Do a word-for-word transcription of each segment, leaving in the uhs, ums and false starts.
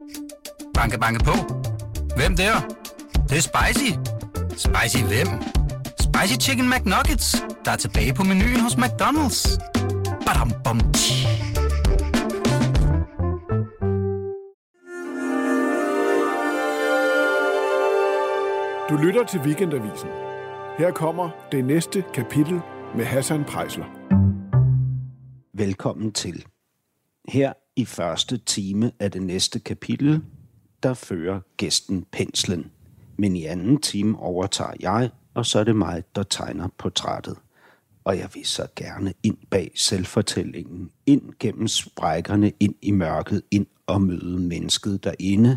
Banke, banke på. Hvem der? Det, det er spicy. Spicy hvem? Spicy Chicken McNuggets, der er tilbage på menuen hos McDonald's. Badum, bom, tji. Du lytter til Weekendavisen. Her kommer det næste kapitel med Hassan Preisler. Velkommen til. Her i første time af det næste kapitel, der fører gæsten penslen. Men i anden time overtager jeg, og så er det mig, der tegner portrættet. Og jeg vil så gerne ind bag selvfortællingen, ind gennem sprækkerne, ind i mørket, ind og møde mennesket derinde.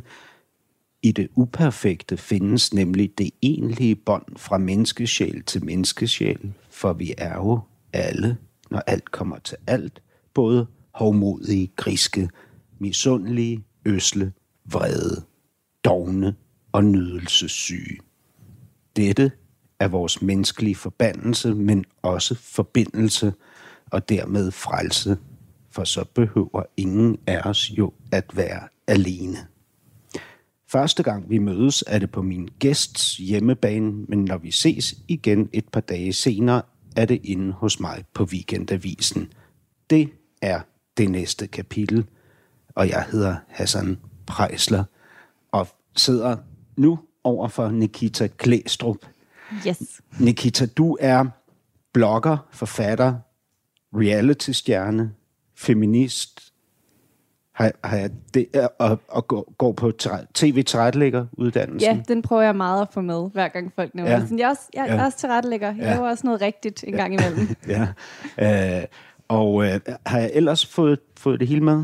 I det uperfekte findes nemlig det egentlige bånd fra menneskesjæl til menneskesjæl, for vi er jo alle, når alt kommer til alt, både hovmodige, griske, misundelige, øsle, vrede, dovne og nydelsessyge. Dette er vores menneskelige forbandelse, men også forbindelse og dermed frelse, for så behøver ingen af os jo at være alene. Første gang vi mødes, er det på min gæsts hjemmebane, men når vi ses igen et par dage senere, er det inde hos mig på Weekendavisen. Det er det næste kapitel, og jeg hedder Hassan Preisler, og sidder nu over for Nikita Klæstrup. Yes. Nikita, du er blogger, forfatter, reality-stjerne, feminist, har, har jeg det, og, og går, går på tv-tilrettelægger-uddannelsen. Ja, den prøver jeg meget at få med, hver gang folk nævner ja. det. Jeg er også, jeg, ja. jeg er også tilrettelægger. Jeg ja. laver også noget rigtigt en gang imellem. ja. øh, og øh, har jeg ellers fået, fået det hele med?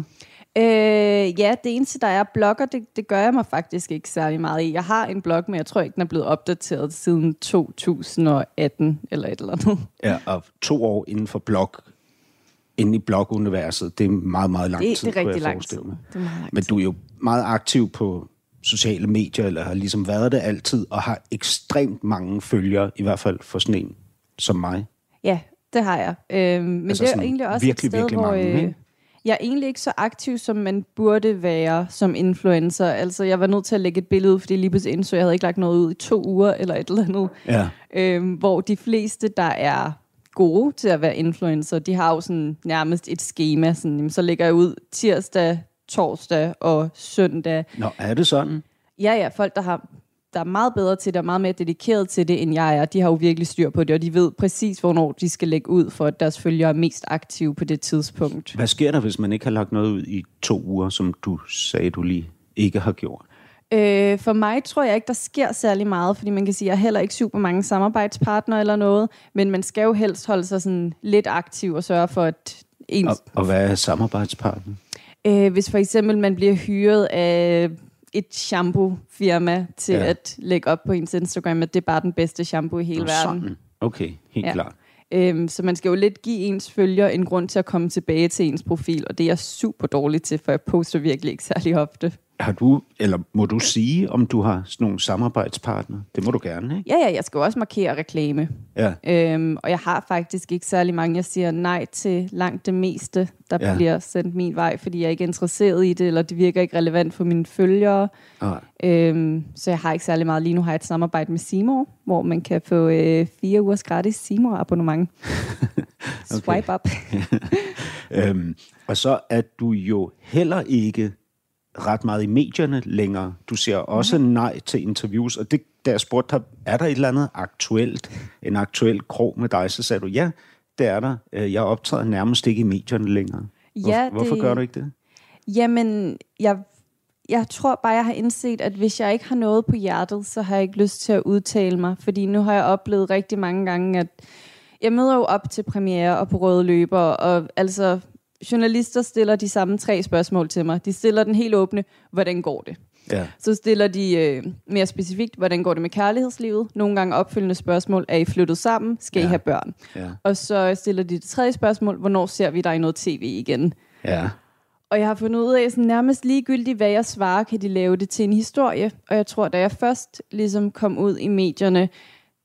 Øh, ja, det eneste, der er blogger, det, det gør jeg mig faktisk ikke særlig meget i. Jeg har en blog, men jeg tror ikke, den er blevet opdateret siden to tusind og atten eller et eller andet. Ja, og to år inden for blog, inde i bloguniverset, det er meget, meget lang det, tid. Det er rigtig lang tid. Det er meget lang Men du er jo meget aktiv på sociale medier, eller har ligesom været det altid, og har ekstremt mange følgere, i hvert fald for sådan en som mig. Ja, det har jeg. Øh, men altså det er egentlig også virkelig, et sted, virkelig hvor... Mange, øh, jeg er egentlig ikke så aktiv, som man burde være som influencer. Altså, jeg var nødt til at lægge et billede ud, fordi lige pludselig indså, jeg havde ikke lagt noget ud i to uger, eller et eller andet. Ja. Øhm, hvor de fleste, der er gode til at være influencer, de har jo sådan nærmest et schema. Sådan, jamen, så lægger jeg ud tirsdag, torsdag og søndag. Nå, er det sådan? Ja, ja. Folk, der har... der er meget bedre til det, og meget mere dedikeret til det, end jeg er. De har jo virkelig styr på det, og de ved præcis, hvornår de skal lægge ud, for at deres følgere er mest aktive på det tidspunkt. Hvad sker der, hvis man ikke har lagt noget ud i to uger, som du sagde, du lige ikke har gjort? Øh, for mig tror jeg ikke, der sker særlig meget, fordi man kan sige, at jeg har heller ikke super mange samarbejdspartnere eller noget, men man skal jo helst holde sig sådan lidt aktiv og sørge for, at ens... Og, og hvad er samarbejdspartner? Øh, hvis for eksempel man bliver hyret af et shampoo-firma til ja. at lægge op på ens Instagram, at det er bare den bedste shampoo i hele Nå, verden. Sådan. Okay, helt ja. klart. Øhm, så man skal jo lidt give ens følger en grund til at komme tilbage til ens profil, og det er jeg super dårlig til, for jeg poster virkelig ikke særlig ofte. Har du, eller må du sige, om du har sådan nogle samarbejdspartnere? Det må du gerne, ikke? Ja, ja, jeg skal jo også markere reklame. Ja. Øhm, og jeg har faktisk ikke særlig mange. Jeg siger nej til langt det meste, der ja. bliver sendt min vej, fordi jeg er ikke interesseret i det, eller det virker ikke relevant for mine følgere. Ah. Øhm, så jeg har ikke særlig meget. Lige nu har jeg et samarbejde med C More, hvor man kan få øh, fire ugers gratis C More abonnement. Swipe up. øhm, og så er du jo heller ikke ret meget i medierne længere. Du siger også mm. nej til interviews, og det, der jeg spurgte dig, er der et eller andet aktuelt, en aktuel krog med dig, så sagde du, ja, det er der. Jeg optræder nærmest ikke i medierne længere. Hvor, ja, hvorfor det, gør du ikke det? Jamen, jeg, jeg tror bare, jeg har indset, at hvis jeg ikke har noget på hjertet, så har jeg ikke lyst til at udtale mig, fordi nu har jeg oplevet rigtig mange gange, at jeg møder jo op til premiere og på røde løber, og altså... Journalister stiller de samme tre spørgsmål til mig. De stiller den helt åbne, hvordan går det? Ja. Så stiller de øh, mere specifikt, hvordan går det med kærlighedslivet? Nogle gange opfølgende spørgsmål, er I flyttet sammen? Skal ja. I have børn? Ja. Og så stiller de det tredje spørgsmål, hvornår ser vi dig i noget tv igen? Ja. Og jeg har fundet ud af, sådan nærmest ligegyldigt, hvad jeg svarer, kan de lave det til en historie. Og jeg tror, da jeg først ligesom kom ud i medierne,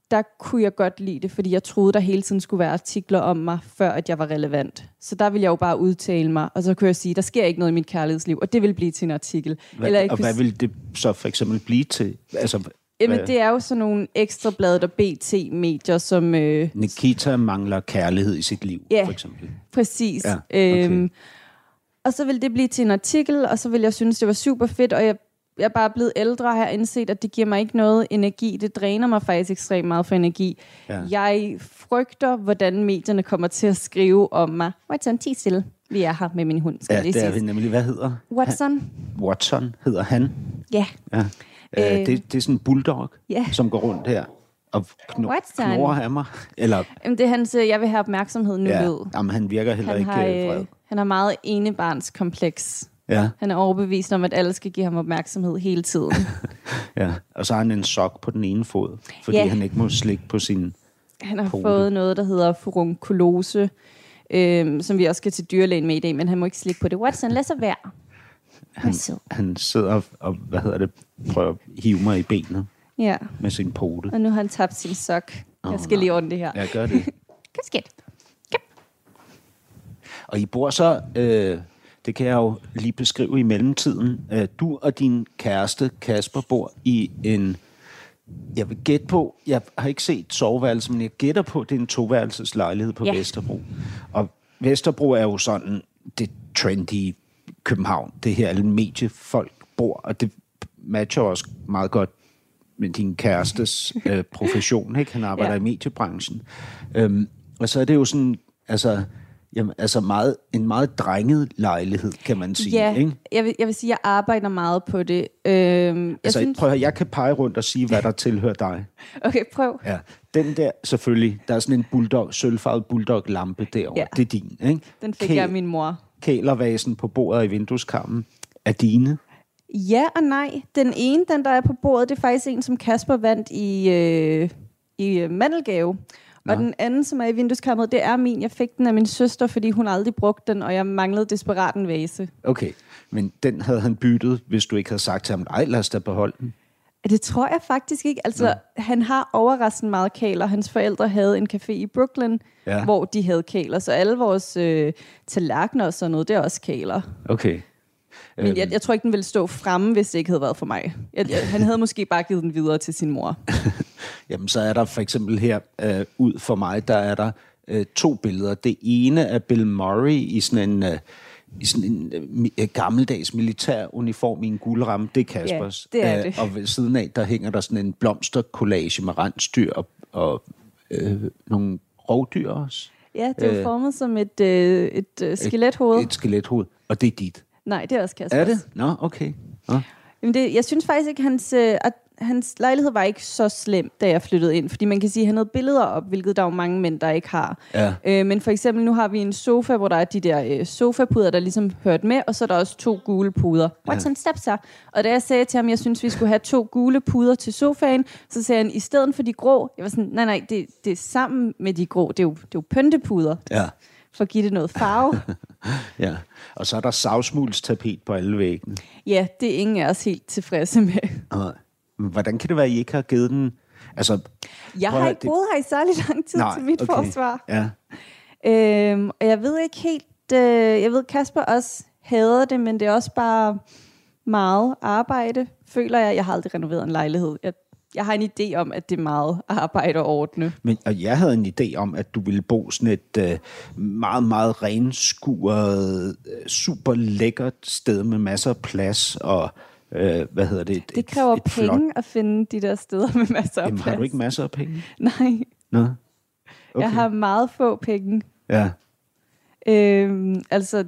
der kunne jeg godt lide det, fordi jeg troede, der hele tiden skulle være artikler om mig, før at jeg var relevant. Så der ville jeg jo bare udtale mig, og så kunne jeg sige, der sker ikke noget i mit kærlighedsliv, og det vil blive til en artikel. Hvad, Eller jeg og kunne hvad vil det så for eksempel blive til? Altså, Jamen, hvad? det er jo sådan nogle ekstrabladet og B T-medier, som... Øh, Nikita mangler kærlighed i sit liv, ja, for eksempel. Præcis. Ja, okay. øhm, og så vil det blive til en artikel, og så vil jeg synes, det var super fedt, og jeg, jeg er bare blevet ældre og har indset, at det giver mig ikke noget energi. Det dræner mig faktisk ekstremt meget for energi. Ja. Jeg frygter, hvordan medierne kommer til at skrive om mig. Watson, ti stille. Vi er her med min hund, skal Ja, lige det er sige. vi nemlig. Hvad hedder Watson. han? Watson hedder han. Ja. Ja. Øh, Øh. det, det er sådan en bulldog, Ja. som går rundt her og kno- Watson. knurrer af mig. Eller, Jamen, det er hans, øh, jeg vil have opmærksomhed nu ja, ved. jamen, han virker heller Han ikke har, øh, vred. øh, han har meget enebarnskompleks. Ja, Han er overbevist om, at alle skal give ham opmærksomhed hele tiden. ja. Og så har han en sok på den ene fod, fordi Ja. han ikke må slikke på sin... Han har Pote. fået noget, der hedder furunkulose, øhm, som vi også skal til dyrlægen med i dag, men han må ikke slikke på det. Watson, lad så være. Han, sød. han sidder og, hvad hedder det, prøver at hive mig i benet Ja, med sin pote. og nu har han tabt sin sok. Jeg Åh, skal nej. lige ordne det her. Ja, gør det. Kom skidt. Og I bor så, øh, det kan jeg jo lige beskrive i mellemtiden, øh, du og din kæreste Kasper bor i en, jeg vil gætte på, jeg har ikke set soveværelse, men jeg gætter på, det er en toværelseslejlighed på Ja. Vesterbro. Og Vesterbro er jo sådan det trendy København, det her alle mediefolk bor, og det matcher også meget godt med din kærestes øh, profession, ikke? Han arbejder Ja. i mediebranchen. Øhm, og så er det jo sådan, altså, jamen, altså meget, en meget drenget lejlighed, kan man sige. Ja, Ikke? jeg vil, jeg vil sige, at jeg arbejder meget på det. Øhm, jeg Altså, synes, prøv at høre, jeg kan pege rundt og sige, hvad der tilhører dig. okay, prøv. Ja. Den der, selvfølgelig, der er sådan en bulldog, sølvfarvet bulldog-lampe derovre. Ja. Det er din, ikke? Den fik Kæ- jeg af min mor. Kælervasen på bordet i vindueskarmen er dine. Ja og nej. Den ene, den der er på bordet, det er faktisk en, som Kasper vandt i, øh, i øh, mandelgave. Nå. Og den anden, som er i vindueskarmet, det er min. Jeg fik den af min søster, fordi hun aldrig brugte den, og jeg manglede desperat en vase. Okay, men den havde han byttet, hvis du ikke havde sagt til ham, nej, lad os da beholde den. Det tror jeg faktisk ikke. Altså, Nå. han har overraskende meget kæler. Hans forældre havde en café i Brooklyn, Ja. hvor de havde kæler. Så alle vores øh, tallerkener og sådan noget, det er også kæler. Okay. Men jeg, jeg tror ikke, den ville stå fremme, hvis det ikke havde været for mig. Jeg, jeg, han havde måske bare givet den videre til sin mor. Jamen, så er der for eksempel her, øh, ud for mig, der er der øh, to billeder. Det ene er Bill Murray i sådan en, øh, i sådan en øh, mi- gammeldags militær uniform i en guldramme. Det er Kaspers. Ja, det er Øh, det. Og ved siden af, der hænger der sådan en blomstercollage med rensdyr og, og øh, nogle rovdyr også. Ja, det er jo Øh, formet som et, øh, et øh, skelethoved. Et, et skelethoved. Og det er dit. Nej, det er også Kasper. Er det? Nå, okay. Nå. Jamen det, jeg synes faktisk ikke, hans, øh, at hans lejlighed var ikke så slem, da jeg flyttede ind. Fordi man kan sige, at han havde billeder op, hvilket der er jo mange mænd, der ikke har. Ja. Øh, men for eksempel, nu har vi en sofa, hvor der er de der øh, sofapuder, der ligesom hørt med, og så er der også to gule puder. Watson, stop så. Og da jeg sagde til ham, jeg synes, vi skulle have to gule puder til sofaen, så sagde han, i stedet for de grå, jeg var sådan, nej, nej, det, det er sammen med de grå. Det er jo, det er jo pyntepuder. Ja. For at give det noget farve. Ja. Og så er der savsmuldstapet på alle væggene. Ja, det er ingen af os helt tilfredse med. Og, men hvordan kan det være, at I ikke har givet den... Altså, Jeg prøv har at- ikke boet her i særlig lang tid nej, til mit okay. forsvar. Ja. Øhm, og jeg ved ikke helt... Øh, jeg ved, Kasper også hader det, men det er også bare meget arbejde, føler jeg. Jeg har aldrig renoveret en lejlighed. Jeg, jeg har en idé om, at det er meget arbejde at ordne. Men, og jeg havde en idé om, at du ville bo sådan et øh, meget, meget renskuret, øh, super lækkert sted med masser af plads og, øh, hvad hedder det? Et, Det kræver et, et penge flot... at finde de der steder med masser af Jamen, plads. har du ikke masser af penge? Nej, Nå. okay. Okay. Jeg har meget få penge. Ja. Øhm, altså,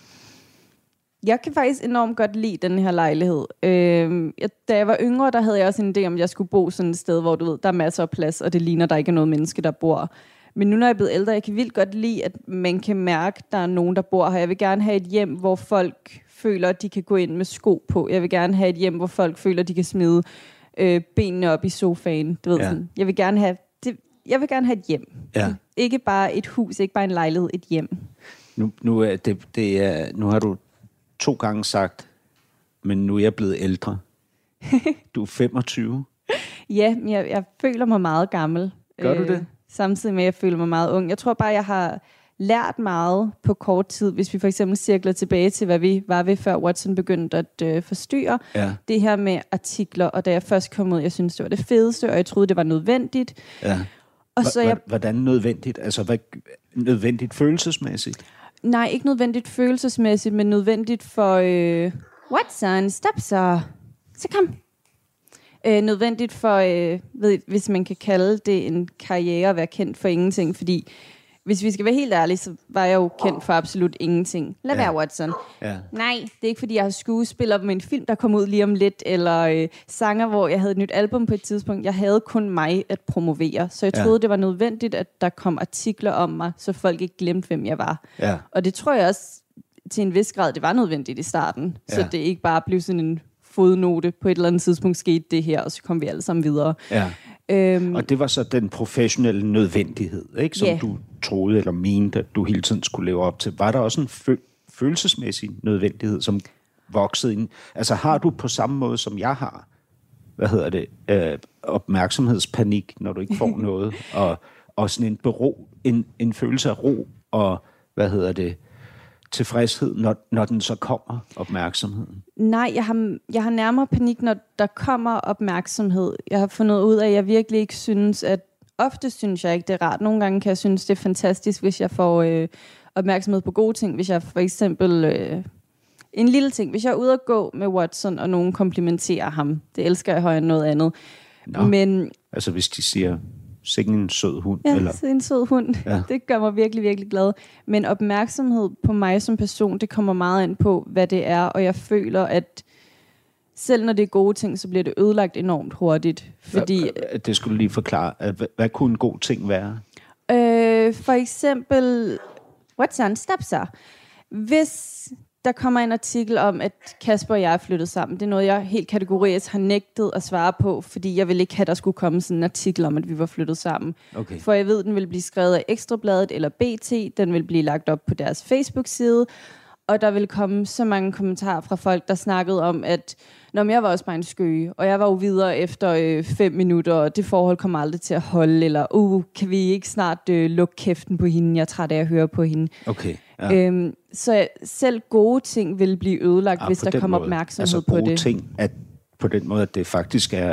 jeg kan faktisk enormt godt lide den her lejlighed. Øhm, jeg, da jeg var yngre, der havde jeg også en idé om, at jeg skulle bo sådan et sted, hvor du ved, der er masser af plads, og det ligner, der ikke er noget menneske, der bor. Men nu når jeg er blevet ældre, jeg kan vildt godt lide, at man kan mærke, at der er nogen, der bor her. Jeg vil gerne have et hjem, hvor folk føler, at de kan gå ind med sko på. Jeg vil gerne have et hjem, hvor folk føler, at de kan smide øh, benene op i sofaen. Du ved, Ja. sådan. Jeg vil gerne have det, jeg vil gerne have et hjem. Ja. Ikke bare et hus, ikke bare en lejlighed, et hjem. Nu, nu, er det, det er, nu har du to gange sagt, men nu er jeg blevet ældre. Du er femogtyve. Ja, jeg, jeg føler mig meget gammel. Gør du det? Samtidig med, at jeg føler mig meget ung. Jeg tror bare, jeg har lært meget på kort tid, hvis vi for eksempel cirkler tilbage til, hvad vi var ved, før Watson begyndte at øh, forstyrre. Ja. Det her med artikler, og da jeg først kom ud, jeg synes det var det fedeste, og jeg troede, det var nødvendigt. Ja. Og så jeg... Hvordan nødvendigt? Altså, hvad, nødvendigt følelsesmæssigt? Nej, ikke nødvendigt følelsesmæssigt, men nødvendigt for... Øh... Watson, stop så. Så kom. Øh, nødvendigt for, øh, ved, hvis man kan kalde det en karriere at være kendt for ingenting, fordi hvis vi skal være helt ærlige, så var jeg jo kendt for absolut ingenting. Lad ja. være, Watson. Ja. Nej, det er ikke, fordi jeg har skuespiller med en film, der kom ud lige om lidt, eller øh, sanger, hvor jeg havde et nyt album på et tidspunkt. Jeg havde kun mig at promovere, så jeg troede, ja. det var nødvendigt, at der kom artikler om mig, så folk ikke glemte, hvem jeg var. Ja. Og det tror jeg også til en vis grad, det var nødvendigt i starten, ja. så det ikke bare blev sådan en fodnote. På et eller andet tidspunkt skete det her, og så kom vi alle sammen videre. Ja. Øhm, og det var så den professionelle nødvendighed, ikke, som yeah. du troede eller mente, at du hele tiden skulle leve op til. Var der også en fø- følelsesmæssig nødvendighed, som voksede ind? Altså har du på samme måde, som jeg har, hvad hedder det, øh, opmærksomhedspanik, når du ikke får noget, og, og sådan en bero, en, en følelse af ro, og hvad hedder det, tilfredshed, når, når den så kommer, opmærksomheden? Nej, jeg har, jeg har nærmere panik, når der kommer opmærksomhed. Jeg har fundet ud af, at jeg virkelig ikke synes, at... Ofte synes jeg ikke, det er rart. Nogle gange kan jeg synes, det er fantastisk, hvis jeg får øh, opmærksomhed på gode ting. Hvis jeg for eksempel... Øh, en lille ting. Hvis jeg er ude at gå med Watson, og nogen komplimenterer ham. Det elsker jeg højere end noget andet. Nå, men, altså hvis de siger... Sikke en sød hund. Ja, eller? en sød hund. Ja. Det gør mig virkelig, virkelig glad. Men opmærksomhed på mig som person, det kommer meget ind på, hvad det er. Og jeg føler, at selv når det er gode ting, så bliver det ødelagt enormt hurtigt. Fordi, det skulle du lige forklare. Hvad, hvad kunne en god ting være? Øh, for eksempel... Watson, stop så. Hvis... Der kommer en artikel om, at Kasper og jeg er flyttet sammen. Det er noget, jeg helt kategorisk har nægtet at svare på, fordi jeg ville ikke have, at der skulle komme sådan en artikel om, at vi var flyttet sammen. Okay. For jeg ved, at den vil blive skrevet af Ekstrabladet eller B T. Den vil blive lagt op på deres Facebook-side. Og der vil komme så mange kommentarer fra folk, der snakkede om, at når jeg var også bare en skøge, og jeg var jo videre efter øh, fem minutter, og det forhold kommer aldrig til at holde, eller uh, kan vi ikke snart øh, lukke kæften på hende? Jeg er træt af at høre på hende. Okay. Ja. Øhm, så selv gode ting vil blive ødelagt, ja, hvis der kommer måde. opmærksomhed altså, på det. Altså gode ting, at på den måde, at det faktisk er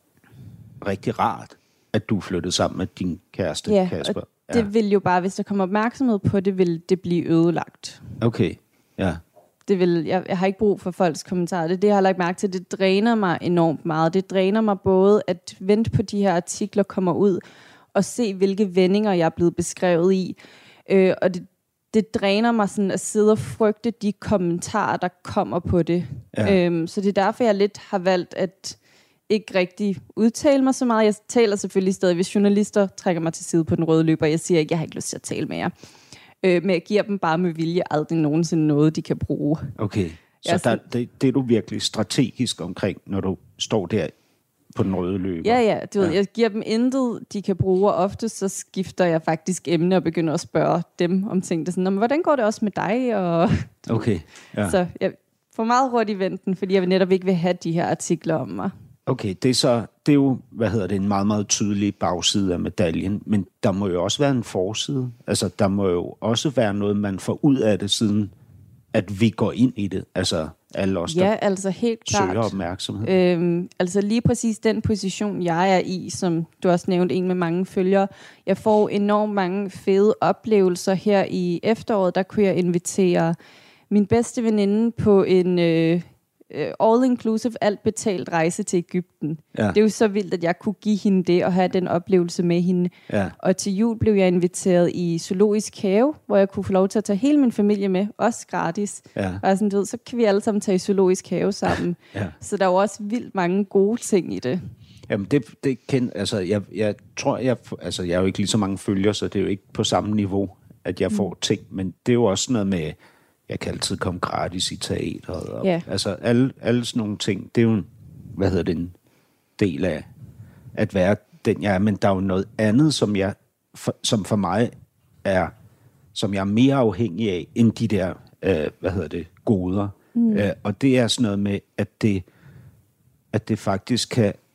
rigtig rart, at du flyttede sammen med din kæreste, ja, Kasper. Ja, det vil jo bare, hvis der kommer opmærksomhed på det, vil det blive ødelagt. Okay, ja. Det vil, jeg, jeg har ikke brug for folks kommentarer. Det er det, jeg har lagt mærke til. Det dræner mig enormt meget. Det dræner mig både at vente på de her artikler kommer ud, og se, hvilke vendinger jeg er blevet beskrevet i. Øh, og det Det dræner mig sådan at sidde og frygte de kommentarer, der kommer på det. Ja. Øhm, så det er derfor, jeg lidt har valgt at ikke rigtig udtale mig så meget. Jeg taler selvfølgelig stadig, hvis journalister trækker mig til side på den røde løber. Jeg siger ikke, jeg har ikke lyst til at tale med jer. Øh, men jeg giver dem bare med vilje aldrig nogensinde noget, de kan bruge. Okay, så der, det, det er du virkelig strategisk omkring, når du står der på den røde løber. Ja, ja. Du ved, ja. Jeg giver dem intet, de kan bruge, og ofte så skifter jeg faktisk emne og begynder at spørge dem om ting. Det er sådan, men hvordan går det også med dig? Og okay, ja. Så jeg får meget hurtigt venten, fordi jeg netop ikke vil have de her artikler om mig. Okay, det er så, det er jo, hvad hedder det, en meget, meget tydelig bagside af medaljen, men der må jo også være en forside. Altså, der må jo også være noget, man får ud af det, siden at vi går ind i det. Altså, alle os, der ja, altså helt klart. søger opmærksomhed. Øhm, altså lige præcis den position, jeg er i, som du også nævnte, en med mange følgere. Jeg får enormt mange fede oplevelser her i efteråret. Der kunne jeg invitere min bedste veninde på en øh, all-inclusive, alt betalt rejse til Egypten. Ja. Det er jo så vildt, at jeg kunne give hende det og have den oplevelse med hende. Ja. Og til jul blev jeg inviteret i Zoologisk Have, hvor jeg kunne få lov til at tage hele min familie med, også gratis. Ja. Og sådan, du ved, så kan vi alle sammen tage i Zoologisk Have sammen. Ja. Så der er jo også vildt mange gode ting i det. Jamen det, det kend, altså jeg, jeg tror, jeg, altså jeg er jo ikke lige så mange følgere, så det er jo ikke på samme niveau, at jeg får mm. ting. Men det er jo også noget med, jeg kan altid komme gratis i teateret. Og, yeah. Altså alle, alle sådan nogle ting, det er jo en, hvad hedder det, en del af at være den jeg er. Men der er jo noget andet, som, jeg, for, som for mig er, som jeg er mere afhængig af, end de der, øh, hvad hedder det, goder. Mm. Øh, og det er sådan noget med, at det, at det faktisk kan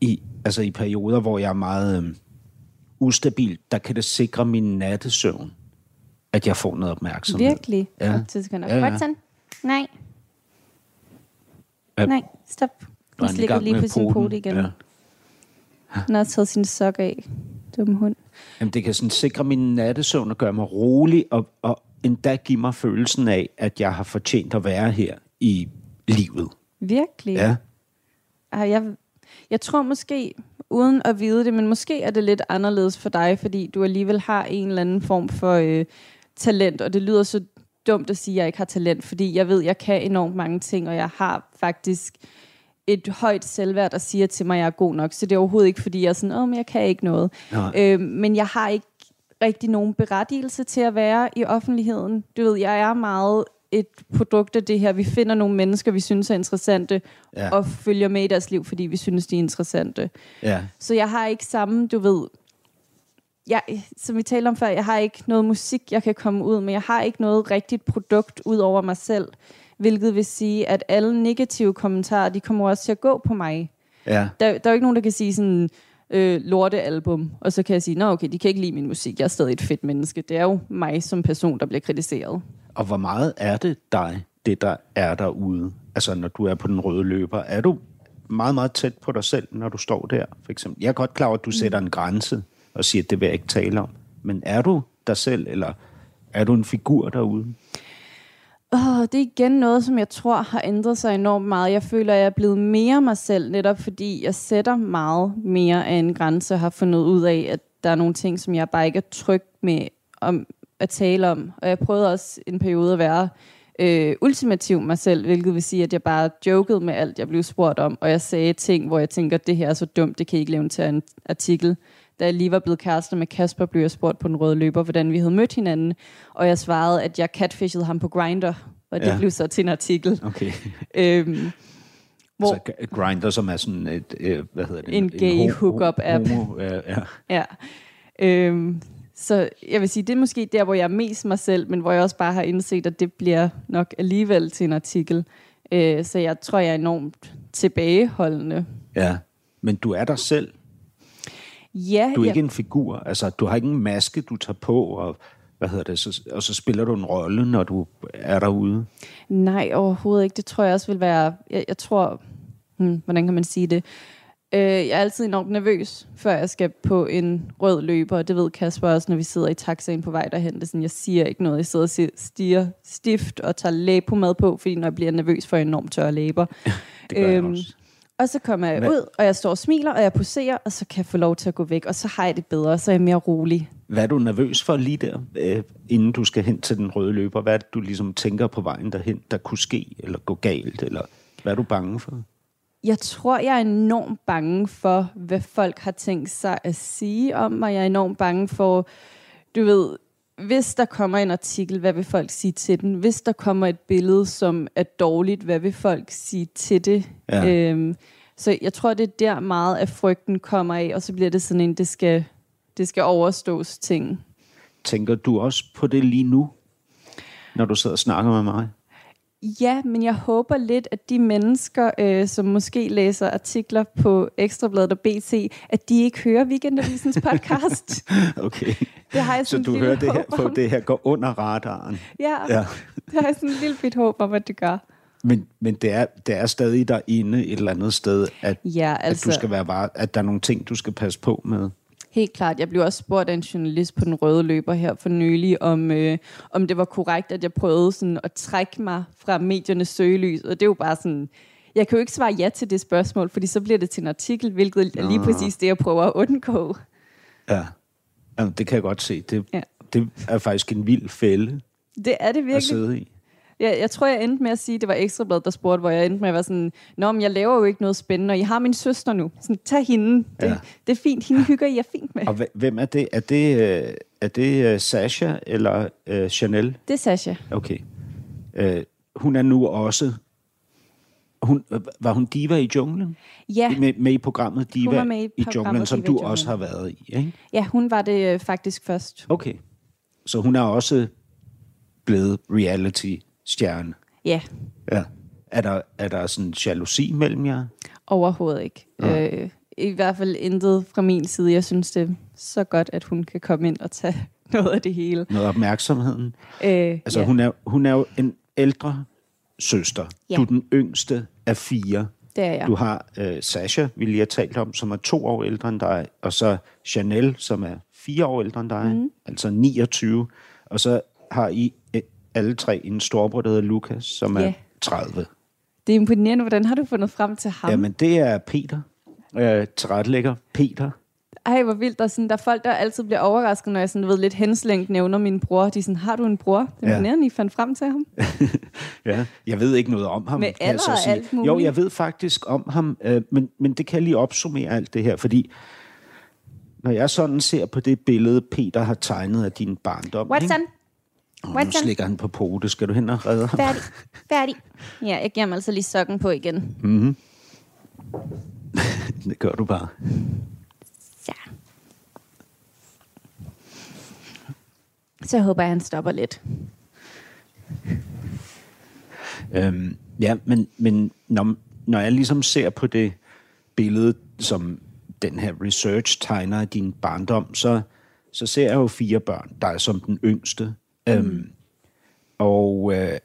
i, altså i perioder, hvor jeg er meget øh, ustabil, der kan det sikre min nattesøvn, at jeg får noget opmærksomhed. Virkelig? Ja. Til sekunder. Ja, ja. Watson? Nej. Ja. Nej, stop. Var Hun han i slikker gang lige med på sin poten? pote igen. Ja. Hun har taget sin sok af. Dum hund. Jamen, det kan sådan sikre min nattesøvn og gøre mig rolig, og, og endda give mig følelsen af, at jeg har fortjent at være her i livet. Virkelig? Ja. Ej, jeg, jeg tror måske, uden at vide det, men måske er det lidt anderledes for dig, fordi du alligevel har en eller anden form for øh, talent, og det lyder så dumt at sige, at jeg ikke har talent, fordi jeg ved, at jeg kan enormt mange ting, og jeg har faktisk et højt selvværd, der siger til mig, at jeg er god nok. Så det er overhovedet ikke, fordi jeg er sådan, åh, men jeg kan ikke noget. Øh, men jeg har ikke rigtig nogen berettigelse til at være i offentligheden. Du ved, jeg er meget et produkt af det her. Vi finder nogle mennesker, vi synes er interessante, ja. Og følger med i deres liv, fordi vi synes, de er interessante. Ja. Så jeg har ikke samme, du ved... Jeg, som vi talte om før, jeg har ikke noget musik, jeg kan komme ud med. Jeg har ikke noget rigtigt produkt ud over mig selv. Hvilket vil sige, at alle negative kommentarer, de kommer også til at gå på mig. Ja. Der, der er jo ikke nogen, der kan sige sådan, øh, lortealbum, og så kan jeg sige, nå okay, de kan ikke lide min musik, jeg er stadig et fedt menneske. Det er jo mig som person, der bliver kritiseret. Og hvor meget er det dig, det der er derude? Altså når du er på den røde løber, er du meget, meget tæt på dig selv, når du står der, for eksempel? Jeg er godt klar over, at du sætter en grænse og siger, at det vil jeg ikke tale om. Men er du dig selv, eller er du en figur derude? Oh, det er igen noget, som jeg tror har ændret sig enormt meget. Jeg føler, at jeg er blevet mere mig selv, netop fordi jeg sætter meget mere af en grænse og har fundet ud af, at der er nogle ting, som jeg bare ikke er tryg med om at tale om. Og jeg prøvede også en periode at være øh, ultimativ mig selv, hvilket vil sige, at jeg bare jokede med alt, jeg blev spurgt om. Og jeg sagde ting, hvor jeg tænker, at det her er så dumt, det kan I ikke lave til en artikel. Da jeg lige var blevet kærester med Kasper, blev jeg spurgt på den røde løber, hvordan vi havde mødt hinanden. Og jeg svarede, at jeg catfishede ham på Grindr, og det ja. blev så til en artikel. Okay. Øhm, hvor altså Grindr, som er sådan et, øh, hvad hedder det? En, en gay hookup-app. Homo, ja. ja. ja. Øhm, så jeg vil sige, det er måske der, hvor jeg er mest mig selv, men hvor jeg også bare har indset, at det bliver nok alligevel til en artikel. Øh, så jeg tror, jeg er enormt tilbageholdende. Ja, men du er dig selv. Ja, du er ikke jeg... en figur, altså du har ikke en maske, du tager på, og, hvad hedder det, så, og så spiller du en rolle, når du er derude. Nej, overhovedet ikke. Det tror jeg også vil være, jeg, jeg tror, hmm, hvordan kan man sige det? Øh, jeg er altid enormt nervøs, før jeg skal på en rød løber, og det ved Kasper også, når vi sidder i taxaen på vej derhen. Det er sådan, jeg siger ikke noget, jeg sidder og stiger stift og tager læbemad på, fordi når jeg bliver nervøs for enormt tørre læber. Det gør øhm, jeg også. Og så kommer jeg ud, og jeg står og smiler, og jeg poserer, og så kan jeg få lov til at gå væk, og så har jeg det bedre, så er jeg mere rolig. Hvad er du nervøs for lige der, øh, inden du skal hen til den røde løber? Hvad er det, du ligesom tænker på vejen derhen, der kunne ske, eller gå galt, eller hvad er du bange for? Jeg tror, jeg er enormt bange for, hvad folk har tænkt sig at sige om mig. Jeg er enormt bange for, du ved, hvis der kommer en artikel, hvad vil folk sige til den? Hvis der kommer et billede, som er dårligt, hvad vil folk sige til det? Ja. Øhm, så jeg tror, det er der meget af frygten kommer af, og så bliver det sådan en, det skal, det skal overstås ting. Tænker du også på det lige nu, når du sidder og snakker med mig? Ja, men jeg håber lidt, at de mennesker, øh, som måske læser artikler på Ekstrabladet og B T, at de ikke hører Weekendavisens podcast. Okay. Det har jeg sådan så du hører det her, for det her går under radaren? Ja, ja. Det har jeg sådan en lille bit håb om, at det gør. Men, men det, er, det er stadig derinde et eller andet sted, at, ja, altså, at, du skal være var, at der er nogle ting, du skal passe på med. Helt klart. Jeg blev også spurgt af en journalist på den røde løber her for nylig, om, øh, om det var korrekt, at jeg prøvede sådan at trække mig fra mediernes søgelys. Og det er jo bare sådan, jeg kan jo ikke svare ja til det spørgsmål, fordi så bliver det til en artikel, hvilket er lige præcis det, jeg prøver at undgå. Ja, jamen, det kan jeg godt se. Det, ja. Det er faktisk en vild fælde. Det er det virkelig. At sidde i. Jeg, jeg tror, jeg endte med at sige, at det var Ekstrabladet, der spurgte, hvor jeg endte med at være sådan, nå, men jeg laver jo ikke noget spændende, og I har min søster nu. Sådan, tag hende. Det, ja. Det er fint. Hende hygger I er fint med. Og hvem er det? Er det, er det uh, Sasha eller uh, Chanel? Det er Sasha. Okay. Uh, hun er nu også... Hun, var hun diva i junglen? Ja. Med, med i programmet Diva hun med i, i junglen, som du også har været i, ikke? Ja, hun var det faktisk først. Okay. Så hun er også blevet reality stjerne. Ja. Ja. Er der, er der sådan jalousi mellem jer? Overhovedet ikke. Ja. Øh, i hvert fald intet fra min side. Jeg synes, det er så godt, at hun kan komme ind og tage noget af det hele. Noget opmærksomheden. Øh, altså, ja. hun, er, hun er jo en ældre søster. Ja. Du er den yngste af fire. Det er jeg. Du har øh, Sasha, vi lige har talt om, som er to år ældre end dig, og så Chanel, som er fire år ældre end dig, mm. altså niogtyve. Og så har I øh, alle tre en storbror, der hedder Lukas, som Ja. er tredive. Det er imponerende. Hvordan har du fundet frem til ham? Jamen, det er Peter, øh, tilrettelægger Peter. Ej, hvor vildt. Der er, sådan, der er folk, der altid bliver overrasket, når jeg sådan, ved, lidt henslængt nævner min bror. De er sådan, har du en bror? Det er Ja. imponerende, I fandt frem til ham. Ja, jeg ved ikke noget om ham. Med kan jeg så alder og sige. alt muligt. Jo, jeg ved faktisk om ham, øh, men, men det kan lige opsummere alt det her, fordi når jeg sådan ser på det billede, Peter har tegnet af din barndom, What's ikke? on? Og nu What's on? slikker han på pote. Skal du hen og redde ham? Færdig. Færdig. Ja, jeg giver mig altså lige sokken på igen. Mm-hmm. Det gør du bare. Ja. Så håber jeg, han stopper lidt. Øhm, ja, men, men når, når jeg ligesom ser på det billede, som den her research tegner af din barndom, så, så ser jeg jo fire børn, der er som den yngste. Mm. Øhm, og øh,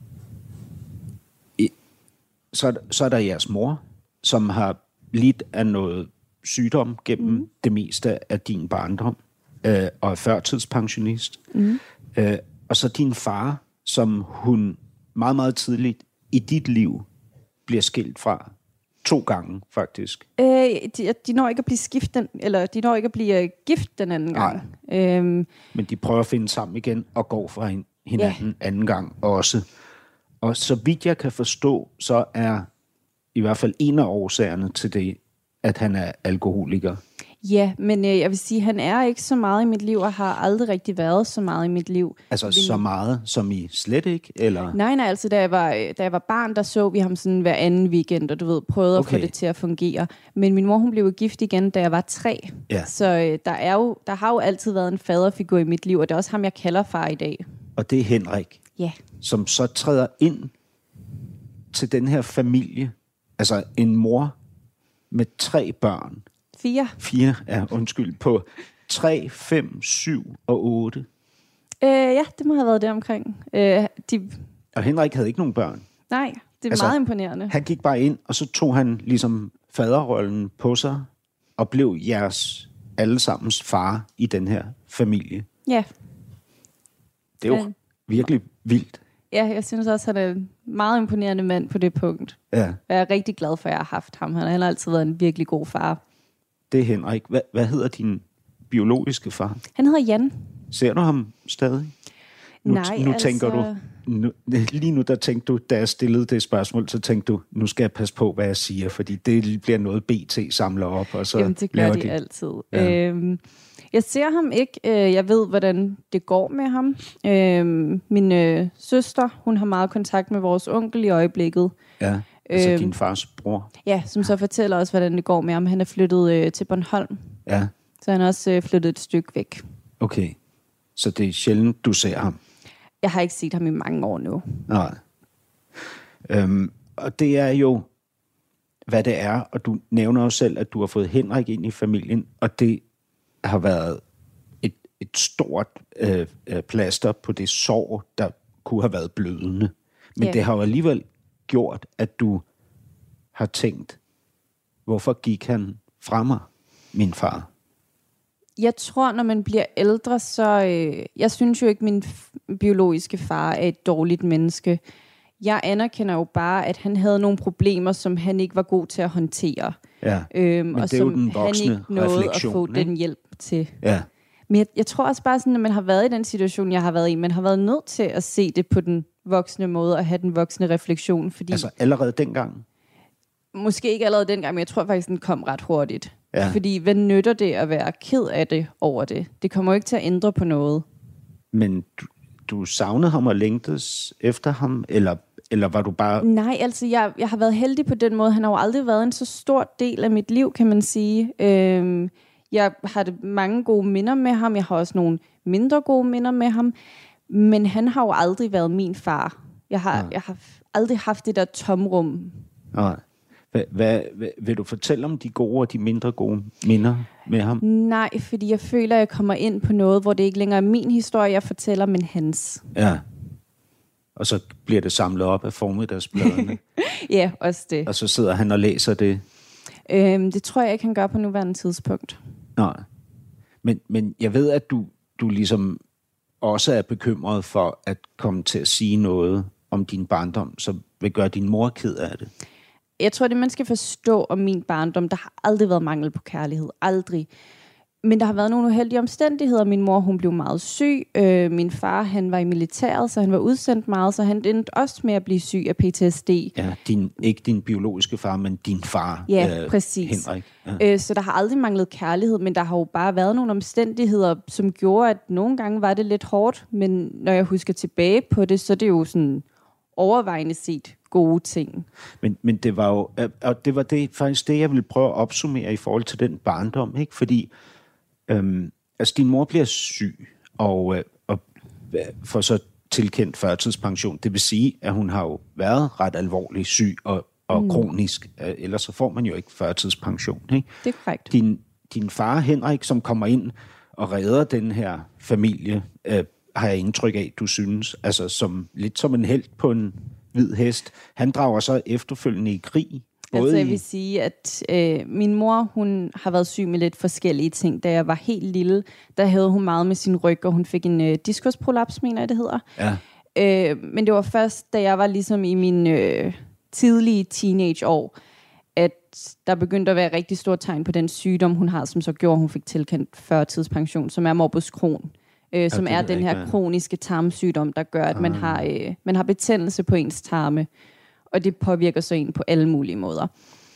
i, så, så er der jeres mor, som har lidt af noget sygdom gennem mm. det meste af din barndom, øh, og er førtidspensionist. Mm. Øh, og så din far, som hun meget, meget tidligt i dit liv bliver skilt fra. To gange, faktisk. Øh, de, de når ikke at blive skift den, eller de når ikke at blive uh, gift den anden gang. Øhm, Men de prøver at finde sammen igen og går fra hin- hinanden yeah. anden gang også. Og så vidt jeg kan forstå, så er i hvert fald en af årsagerne til det, at han er alkoholiker. ja, men øh, jeg vil sige, han er ikke så meget i mit liv, og har aldrig rigtig været så meget i mit liv. Altså Men- så meget, som I slet ikke? Eller? Nej, nej, altså da jeg, var, da jeg var barn, der så vi ham sådan hver anden weekend, og du ved, prøvede okay. at Okay. få det til at fungere. Men min mor, hun blev jo gift igen, da jeg var tre. Ja. Så øh, der, er jo, der har jo altid været en faderfigur i mit liv, og det er også ham, jeg kalder far i dag. Og det er Henrik, Ja. som så træder ind til den her familie. Altså en mor med tre børn. Fire. Fire, ja, undskyld, på tre, fem, syv og otte. Øh, ja, det må have været det omkring. Øh, de, Og Henrik havde ikke nogen børn. nej, det er Altså, altså, meget imponerende. Han gik bare ind, og så tog han ligesom faderrollen på sig, og blev jeres allesammens far i den her familie. Ja. Det er jo Ja. virkelig vildt. ja, jeg synes også, han er en meget imponerende mand på det punkt. Ja, Jeg er rigtig glad for, at jeg har haft ham. Han har altid været en virkelig god far. det er Henrik. Hvad, hvad hedder din biologiske far? Han hedder Jan. Ser du ham stadig? Nu, Nej, nu altså- tænker du, nu, lige nu der tænkte du, da jeg stillede det spørgsmål, så tænkte du, nu skal jeg passe på, hvad jeg siger, fordi det bliver noget B T samler op, og så Jamen, det gør laver de, de altid. Ja. Øhm, jeg ser ham ikke. Øh, Jeg ved, hvordan det går med ham. Øhm, min øh, søster, hun har meget kontakt med vores onkel i øjeblikket. Ja, altså Øhm. din fars bror. Ja, som så fortæller os, hvordan det går med ham. Han er flyttet øh, til Bornholm, Ja, så han er også øh, flyttet et stykke væk. okay. Så det er sjældent, du ser ham. Jeg har ikke set ham i mange år nu. Nej. Øhm, og det er jo, hvad det er, og du nævner jo selv, at du har fået Henrik ind i familien, og det har været et, et stort øh, øh, plaster på det sår, der kunne have været blødende. Men Ja. det har jo alligevel gjort, at du har tænkt, hvorfor gik han fra mig, min far? Jeg tror, når man bliver ældre, så... Øh, jeg synes jo ikke, min f- biologiske far er et dårligt menneske. Jeg anerkender jo bare, at han havde nogle problemer, som han ikke var god til at håndtere. Ja, Øhm, Men og det er jo som den han voksne ikke nåede at refleksion, få ikke? den hjælp til. ja. Men jeg, jeg tror også bare sådan, at man har været i den situation, jeg har været i. Man har været nødt til at se det på den voksne måde og have den voksne refleksion. Fordi Altså allerede dengang. måske ikke allerede dengang, men jeg tror faktisk, den kom ret hurtigt. Ja. Fordi hvad nytter det at være ked af det over det? Det kommer jo ikke til at ændre på noget. Men du, du savnede ham og længtes efter ham, eller, eller var du bare... Nej, altså jeg, jeg har været heldig på den måde. Han har jo aldrig været en så stor del af mit liv, kan man sige. Øhm, jeg har det mange gode minder med ham. Jeg har også nogle mindre gode minder med ham. Men han har jo aldrig været min far. Jeg har, Ja. jeg har aldrig haft det der tomrum. Nej. Hvad, hvad, vil du fortælle om de gode og de mindre gode minder med ham? Nej, fordi jeg føler, at jeg kommer ind på noget, hvor det ikke længere er min historie, jeg fortæller, men hans. Ja. Og så bliver det samlet op af formiddagsbladene. Ja, også det. Og så sidder han og læser det. Øhm, det tror jeg ikke, han gør på nuværende tidspunkt. Nej. Men, men jeg ved, at du, du ligesom også er bekymret for at komme til at sige noget om din barndom, som vil gøre din mor ked af det. Jeg tror, det man skal forstå om min barndom, der har aldrig været mangel på kærlighed. Aldrig. Men der har været nogle uheldige omstændigheder. Min mor, hun blev meget syg. Øh, min far, han var i militæret, så han var udsendt meget, så han endte også med at blive syg af P T S D. Ja, din, ikke din biologiske far, men din far, ja, øh, præcis. Henrik. Ja. Øh, så der har aldrig manglet kærlighed, men der har jo bare været nogle omstændigheder, som gjorde, at nogle gange var det lidt hårdt. Men når jeg husker tilbage på det, så er det jo sådan overvejende set gode ting. Men, men det var jo, og det var det, faktisk det, jeg ville prøve at opsummere i forhold til den barndom, ikke? Fordi øhm, altså din mor bliver syg, og, og får så tilkendt førtidspension. Det vil sige, at hun har jo været ret alvorlig syg og, og mm. kronisk, ellers så får man jo ikke førtidspension, ikke? Det er korrekt. Din, din far, Henrik, som kommer ind og redder den her familie, øh, har jeg indtryk af, du synes, altså som, lidt som en helt på en hvid hest. Han drager så efterfølgende i krig. Altså jeg vil sige, at øh, min mor, hun har været syg med lidt forskellige ting. Da jeg var helt lille, der havde hun meget med sin ryg, og hun fik en øh, diskusprolaps, mener jeg det hedder. Ja. Øh, men det var først, da jeg var ligesom i mine øh, tidlige teenageår, at der begyndte at være rigtig store tegn på den sygdom, hun har, som så gjorde, at hun fik tilkendt førtidspension, som er morbus Crohn. Øh, som er den her kroniske tarmsygdom, der gør, at man har, øh, man har betændelse på ens tarme, og det påvirker så en på alle mulige måder.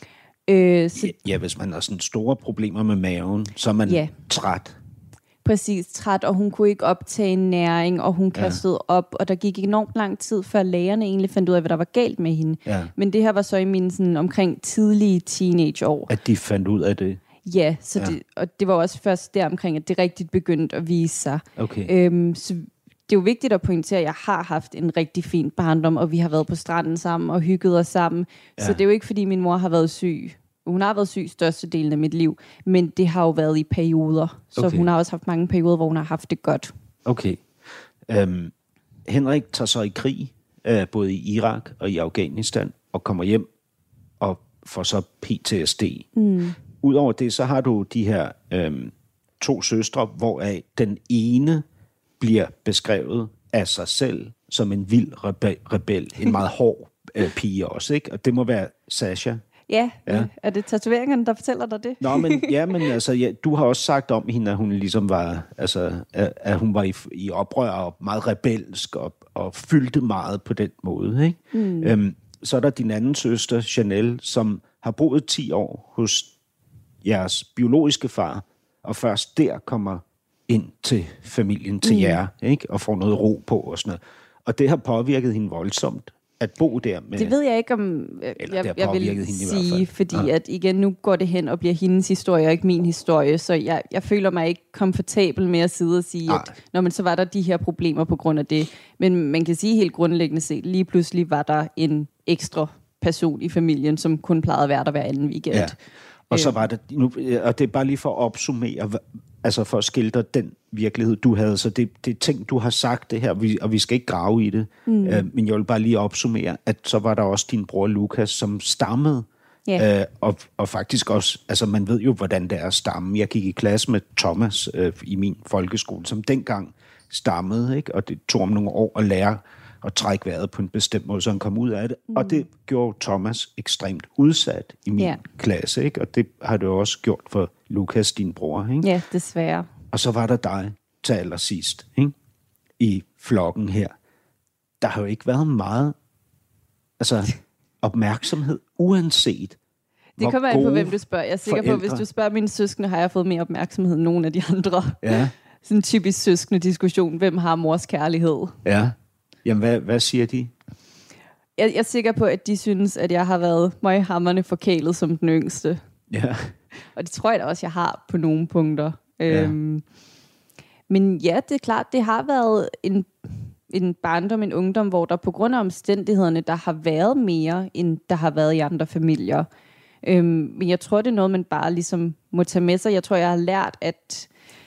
Øh, så, ja, ja, hvis man har sådan store problemer med maven, så er man ja. træt. Præcis, træt, og hun kunne ikke optage næring, og hun kastede ja. op, og der gik enormt lang tid, før lægerne egentlig fandt ud af, hvad der var galt med hende. Ja. Men det her var så i mine sådan, omkring tidlige teenageår. At de fandt ud af det? Ja, så ja. Det, og det var også først der omkring, at det rigtigt begyndte at vise sig. Okay. Øhm, så det er jo vigtigt at pointere, at jeg har haft en rigtig fin barndom, og vi har været på stranden sammen og hygget os sammen. Ja. Så det er jo ikke, fordi min mor har været syg. Hun har været syg størstedelen af mit liv, men det har jo været i perioder. Så okay. hun har også haft mange perioder, hvor hun har haft det godt. Okay. Øhm, Henrik tager så i krig, øh, både i Irak og i Afghanistan, og kommer hjem og får så P T S D. Mm. Udover det, så har du de her øhm, to søstre, hvoraf den ene bliver beskrevet af sig selv som en vild rebe- rebel. En meget hård øh, pige også, ikke? Og det må være Sasha. Ja, ja. Er det tatoveringerne, der fortæller dig det? Nå, men, ja, men altså, ja, du har også sagt om hende, at hun ligesom var, altså, at, at hun var i, i oprør og meget rebelsk og, og fyldte meget på den måde, ikke? Mm. Øhm, så er der din anden søster, Chanel, som har boet ti år hos jeres biologiske far, og først der kommer ind til familien, til mm. jer, ikke? Og får noget ro på og sådan noget. Og det har påvirket hende voldsomt at bo der med... Det ved jeg ikke, om jeg, jeg, jeg vil sige, fordi ja. at igen, nu går det hen og bliver hendes historie, og ikke min historie, så jeg, jeg føler mig ikke komfortabel med at sidde og sige, Nej. at når man så var der de her problemer på grund af det. Men man kan sige helt grundlæggende set, lige pludselig var der en ekstra person i familien, som kun plejede at være der hver anden weekend. Ja. Og så var det, nu, og det er bare lige for at opsummere, altså for at skildre den virkelighed, du havde. Så det, det er ting, du har sagt det her, og vi skal ikke grave i det. Mm. Øh, men jeg vil bare lige opsummere, at så var der også din bror Lukas, som stammede. Yeah. Øh, og, og faktisk også, altså man ved jo, hvordan det er at stamme. Jeg gik i klasse med Thomas øh, i min folkeskole, som dengang stammede, ikke? Og det tog om nogle år at lære at trække vejret på en bestemt måde, så han kom ud af det. Mm. Og det gjorde Thomas ekstremt udsat i min yeah. klasse, ikke? Og det har det også gjort for Lukas, din bror, ikke? Ja, desværre. Og så var der dig til allersidst, ikke? I flokken her. Der har jo ikke været meget altså, opmærksomhed, uanset det kommer an på, hvem du spørger. Jeg er sikker forældre. på, at hvis du spørger mine søskende, har jeg fået mere opmærksomhed end nogen af de andre. Ja. Sådan en typisk søskende diskussion. Hvem har mors kærlighed? Ja. Jamen, hvad, hvad siger de? Jeg, jeg er sikker på, at de synes, at jeg har været møghamrende forkælet som den yngste. Ja. Og det tror jeg da også, jeg har på nogle punkter. Ja. Øhm, men ja, det er klart, det har været en, en barndom, en ungdom, hvor der på grund af omstændighederne, der har været mere, end der har været i andre familier. Øhm, men jeg tror, det er noget, man bare ligesom må tage med sig. Jeg tror, jeg har lært, at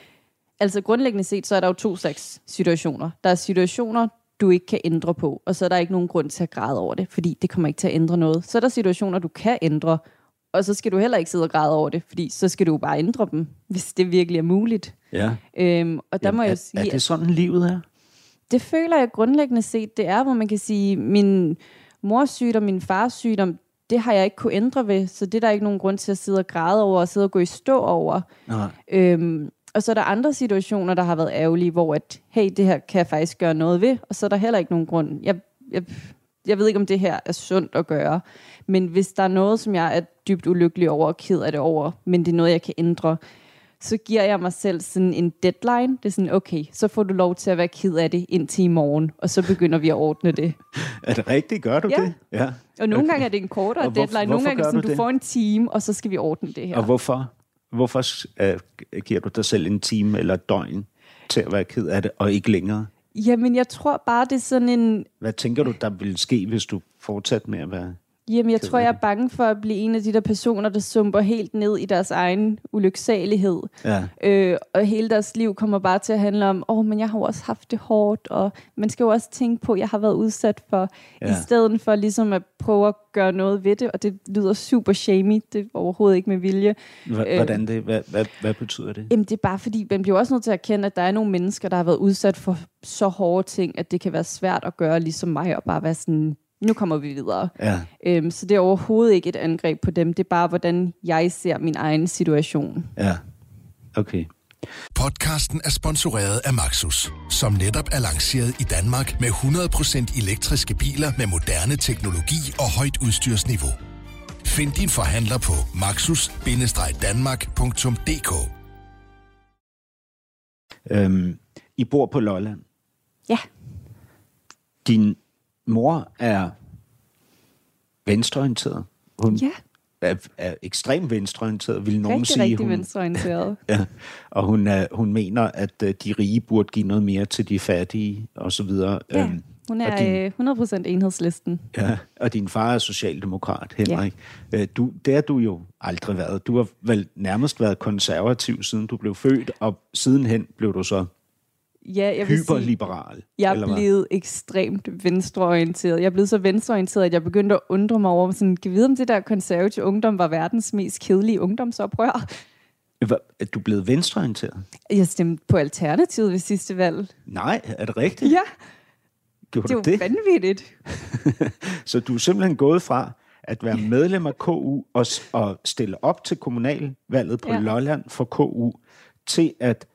altså grundlæggende set, så er der jo to slags situationer. Der er situationer, du ikke kan ændre på, og så er der ikke nogen grund til at græde over det, fordi det kommer ikke til at ændre noget. Så er der situationer, du kan ændre, og så skal du heller ikke sidde og græde over det, fordi så skal du bare ændre dem, hvis det virkelig er muligt. Ja. Øhm, og der Jamen, må jeg er, sige, er det sådan, livet er? Det føler jeg grundlæggende set, det er, hvor man kan sige, min mors sygdom, min fars sygdom, det har jeg ikke kunne ændre ved, så det er der ikke nogen grund til at sidde og græde over, og sidde og gå i stå over. Nej. Øhm, og så er der andre situationer, der har været ærgerlige, hvor at, hey, det her kan jeg faktisk gøre noget ved, og så er der heller ikke nogen grund. Jeg, jeg, jeg ved ikke, om det her er sundt at gøre, men hvis der er noget, som jeg er dybt ulykkelig over og ked af det over, men det er noget, jeg kan ændre, så giver jeg mig selv sådan en deadline. Det er sådan, okay, så får du lov til at være ked af det indtil i morgen, og så begynder vi at ordne det. Er det rigtigt? Gør du ja. det? Ja. Og nogle okay. gange er det en kortere hvor, deadline. Nogle gange er det sådan, du det? får en time, og så skal vi ordne det her. Og hvorfor? Hvorfor uh, giver du dig selv en time eller et døgn til at være ked af det, og ikke længere? Jamen, jeg tror bare, det er sådan en... Hvad tænker du, der vil ske, hvis du fortsætter med at være... Jamen, jeg tror, jeg er bange for at blive en af de der personer, der sumper helt ned i deres egen ulyksalighed. Ja. Øh, og hele deres liv kommer bare til at handle om, åh, oh, men jeg har jo også haft det hårdt, og man skal jo også tænke på, at jeg har været udsat for, ja. I stedet for ligesom at prøve at gøre noget ved det, og det lyder super shamey, det er overhovedet ikke med vilje. Hvordan det? Hvad, hvad, hvad betyder det? Jamen, det er bare fordi, man bliver også nødt til at erkende, at der er nogle mennesker, der har været udsat for så hårde ting, at det kan være svært at gøre ligesom mig, og bare være sådan... Nu kommer vi videre. Ja. Øhm, så det er overhovedet ikke et angreb på dem. Det er bare, hvordan jeg ser min egen situation. Ja, okay. Podcasten er sponsoreret af Maxus, som netop er lanceret i Danmark med hundrede procent elektriske biler med moderne teknologi og højt udstyrsniveau. Find din forhandler på maxus bindestreg danmark punktum d k. Øhm, I bor på Lolland. Ja. Din mor er venstreorienteret. Hun ja. er, er ekstremt venstreorienteret, vil nogen rigtig, sige. Rigtig, hun, rigtig venstreorienteret. Ja, og hun, er, hun mener, at de rige burde give noget mere til de fattige, og så videre. Ja, hun er din, hundrede procent enhedslisten. Ja, og din far er socialdemokrat, Henrik. Ja. Du, det har du jo aldrig været. Du har vel nærmest været konservativ, siden du blev født, og sidenhen blev du så... Ja, jeg vil hyperliberal. Sige, jeg er blevet ekstremt venstreorienteret. Jeg er blevet så venstreorienteret, at jeg begyndte at undre mig over, sådan, kan vide, om det der konservative ungdom var verdens mest kedelige ungdomsoprør. Er du blevet venstreorienteret? Jeg stemte på Alternativet ved sidste valg. Nej, er det rigtigt? Ja. Gjorde det er du jo det? vanvittigt. Så du er simpelthen gået fra at være medlem af K U og, og stille op til kommunalvalget på ja. Lolland for K U, til at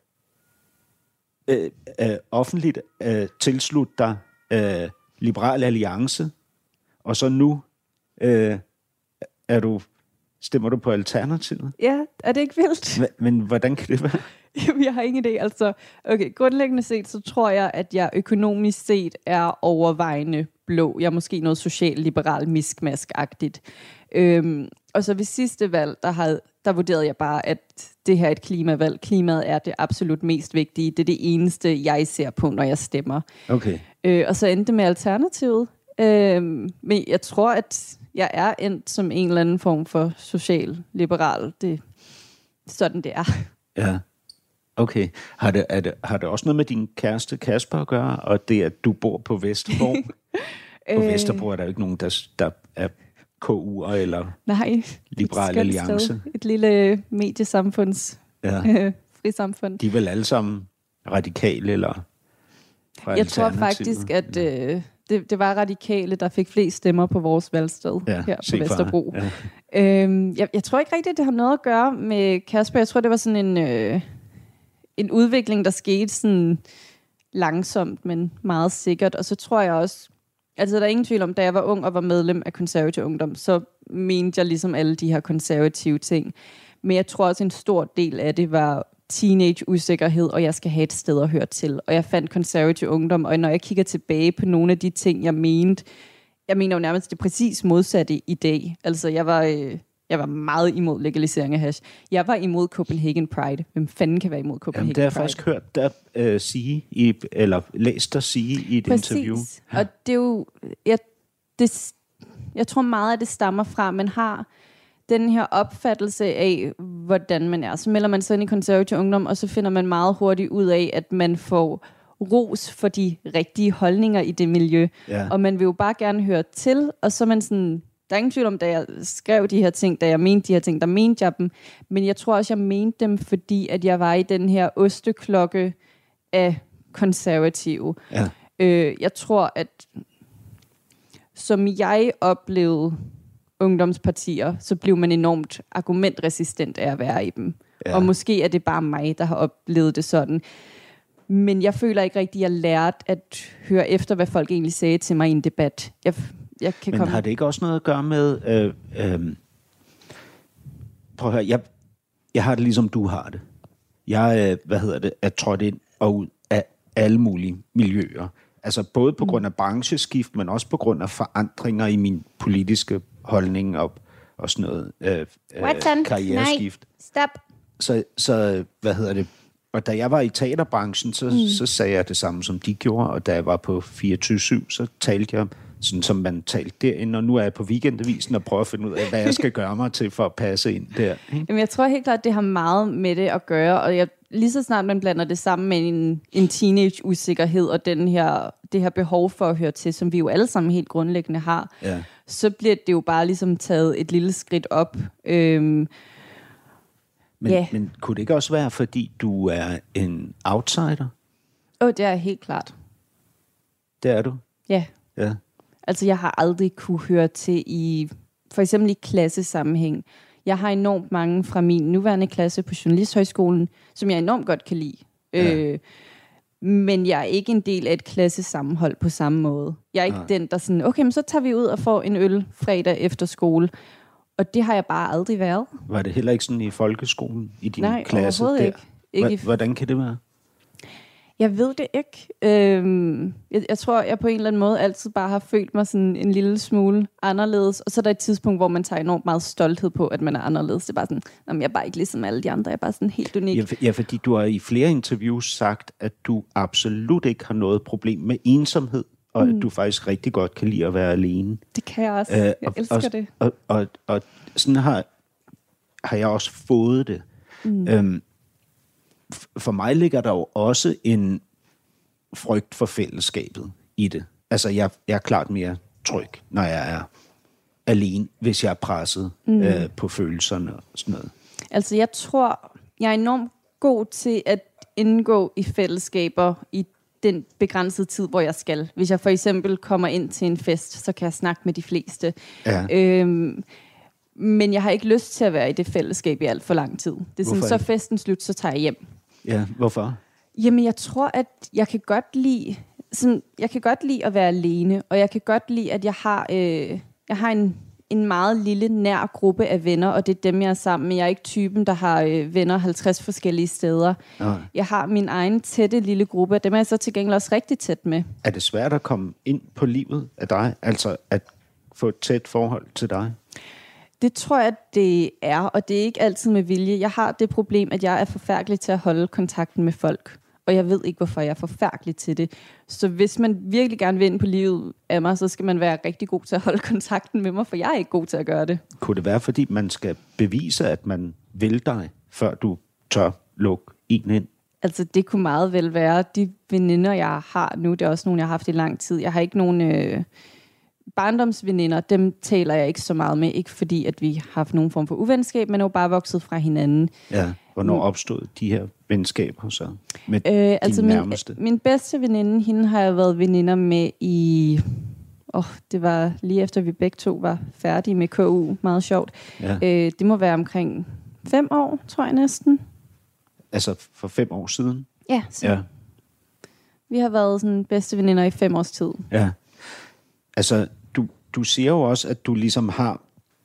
Øh, øh, offentligt øh, tilslutte dig øh, Liberal Alliance, og så nu øh, er du, stemmer du på Alternativet? Ja, er det ikke vildt? Hva, men hvordan kan det være? Jamen, jeg har ingen idé. Altså, okay, grundlæggende set, så tror jeg, at jeg økonomisk set er overvejende blå. Jeg er måske noget socialliberal miskmask-agtigt. Øhm, og så ved sidste valg, der, havde, der vurderede jeg bare, at det her er et klimavalg. Klimaet er det absolut mest vigtige. Det er det eneste, jeg ser på, når jeg stemmer. Okay. Øh, og så endte det med Alternativet. Øh, men jeg tror, at jeg er endt som en eller anden form for socialliberal. Det er sådan, det er. Ja. Okay. Har det, er det, har det også noget med din kæreste Kasper at gøre, og det, at du bor på Vesterbro? På Vesterbro er der jo ikke nogen, der, der er K U'er eller Nej, Liberal Alliance. Sted. Et lille mediesamfunds ja. øh, frisamfund. De er vel alle sammen radikale eller fra Jeg tror faktisk, at øh, det, det var radikale, der fik flest stemmer på vores valgsted ja, her på Vesterbro. Ja. Øhm, jeg, jeg tror ikke rigtigt, det har noget at gøre med Kasper. Jeg tror, det var sådan en, øh, en udvikling, der skete sådan langsomt, men meget sikkert. Og så tror jeg også, altså der er ingen tvivl om, da jeg var ung og var medlem af Konservativ Ungdom, så mente jeg ligesom alle de her konservative ting. Men jeg tror også, en stor del af det var teenage-usikkerhed, og jeg skal have et sted at høre til. Og jeg fandt Konservativ Ungdom, og når jeg kigger tilbage på nogle af de ting, jeg mente, jeg mener jo nærmest det præcis modsatte i dag. Altså, jeg var, øh, jeg var meget imod legalisering af hash. Jeg var imod Copenhagen Pride. Hvem fanden kan være imod Copenhagen Pride? Jamen, det har jeg faktisk hørt dig øh, sige, i, eller læst dig sige i et præcis. interview. Ja. Og det er jo... Jeg, det, jeg tror meget, at det stammer fra, at man har den her opfattelse af, hvordan man er. Så melder man sig ind i konservativ ungdom, og så finder man meget hurtigt ud af, at man får ros for de rigtige holdninger i det miljø. Ja. Og man vil jo bare gerne høre til, og så er man sådan, der er ingen tvivl om, da jeg skrev de her ting, da jeg mente de her ting, der mente jeg dem. Men jeg tror også, jeg mente dem, fordi at jeg var i den her osteklokke af konservative. Ja. Øh, jeg tror, at som jeg oplevede ungdomspartier, så blev man enormt argumentresistent af at være i dem. Ja. Og måske er det bare mig, der har oplevet det sådan. Men jeg føler ikke rigtigt, at jeg lærte at høre efter, hvad folk egentlig sagde til mig i en debat. Jeg, jeg kan Men komme... har det ikke også noget at gøre med... Øh, øh, prøv at høre, jeg, jeg har det ligesom du har det. Jeg, øh, hvad hedder det, er trådt ind og ud af alle mulige miljøer. Altså både på grund af brancheskift, men også på grund af forandringer i min politiske holdning og, og sådan noget øh, øh, karriereskift. Stop. Så, så, hvad hedder det, og da jeg var i teaterbranchen, så, mm. så sagde jeg det samme, som de gjorde, og da jeg var på fireogtyve syv, så talte jeg sådan, som man talte derinde, og nu er jeg på Weekendavisen og prøver at finde ud af, hvad jeg skal gøre mig til for at passe ind der. Jamen, jeg tror helt klart, at det har meget med det at gøre, og jeg, lige så snart man blander det sammen med en, en teenage-usikkerhed og den her, det her behov for at høre til, som vi jo alle sammen helt grundlæggende har, Ja. så bliver det jo bare ligesom taget et lille skridt op. Øhm, Men, Ja. men kunne det ikke også være, fordi du er en outsider? Åh, oh, det er helt klart. Det er du. Ja. Ja. Altså, jeg har aldrig kunne høre til i, for eksempel i klassesammenhæng. Jeg har enormt mange fra min nuværende klasse på Journalisthøjskolen, som jeg enormt godt kan lide. Ja. Øh, men jeg er ikke en del af et klassesammenhold på samme måde. Jeg er ikke Nej. den, der sådan, okay, men så tager vi ud og får en øl fredag efter skole. Og det har jeg bare aldrig været. Var det heller ikke sådan i folkeskolen, i din Nej, klasse? overhovedet der? ikke. Ikke i- Hva- Hvordan kan det være? Jeg ved det ikke. Øhm, jeg, jeg tror, jeg på en eller anden måde altid bare har følt mig sådan en lille smule anderledes. Og så er der et tidspunkt, hvor man tager enormt meget stolthed på, at man er anderledes. Det er bare sådan, jamen, jeg er bare ikke ligesom alle de andre. Jeg er bare sådan helt unik. Ja, for- ja, fordi du har i flere interviews sagt, at du absolut ikke har noget problem med ensomhed, og mm. at du faktisk rigtig godt kan lide at være alene. Det kan jeg også. Øh, Jeg og, elsker og, det. Og, og, og sådan har, har jeg også fået det. Mm. Øhm, f- for mig ligger der jo også en frygt for fællesskabet i det. Altså, jeg, jeg er klart mere tryg, når jeg er alene, hvis jeg er presset mm. øh, på følelserne og sådan noget. Altså, jeg tror, jeg er enormt god til at indgå i fællesskaber i den begrænsede tid, hvor jeg skal. Hvis jeg for eksempel kommer ind til en fest, så kan jeg snakke med de fleste. Ja. Øhm, men jeg har ikke lyst til at være i det fællesskab i alt for lang tid. Det er sådan, Hvorfor så ikke? festen slut, så tager jeg hjem. Ja, hvorfor? Jamen, jeg tror, at jeg kan godt lide, sådan, jeg kan godt lide at være alene, og jeg kan godt lide, at jeg har, øh, jeg har en, en meget lille, nær gruppe af venner, og det er dem, jeg er sammen med. Jeg er ikke typen, der har øh, venner halvtreds forskellige steder. Nej. Jeg har min egen tætte lille gruppe, og dem er jeg så til gengæld også rigtig tæt med. Er det svært at komme ind på livet af dig? Altså at få et tæt forhold til dig? Det tror jeg, det er, og det er ikke altid med vilje. Jeg har det problem, at jeg er forfærdelig til at holde kontakten med folk. Og jeg ved ikke, hvorfor jeg er forfærdelig til det. Så hvis man virkelig gerne vil ind på livet af mig, så skal man være rigtig god til at holde kontakten med mig, for jeg er ikke god til at gøre det. Kunne det være, fordi man skal bevise, at man vil dig, før du tør lukke en ind? Altså, det kunne meget vel være. De veninder, jeg har nu, det er også nogle, jeg har haft i lang tid. Jeg har ikke nogen øh, barndomsveninder. Dem taler jeg ikke så meget med. Ikke fordi, at vi har haft nogen form for uvenskab, men er jo bare vokset fra hinanden. Ja. Hvornår opstod de her venskaber så med Øh, de altså min, nærmeste? min bedste veninde, hende har jeg været veninder med i... Åh, oh, det var lige efter, vi begge to var færdige med K U. Meget sjovt. Ja. Øh, det må være omkring fem år, tror jeg næsten. Altså for fem år siden? Ja, så Ja. vi har været sådan bedste veninder i fem års tid. Ja. Altså, du, du siger jo også, at du ligesom har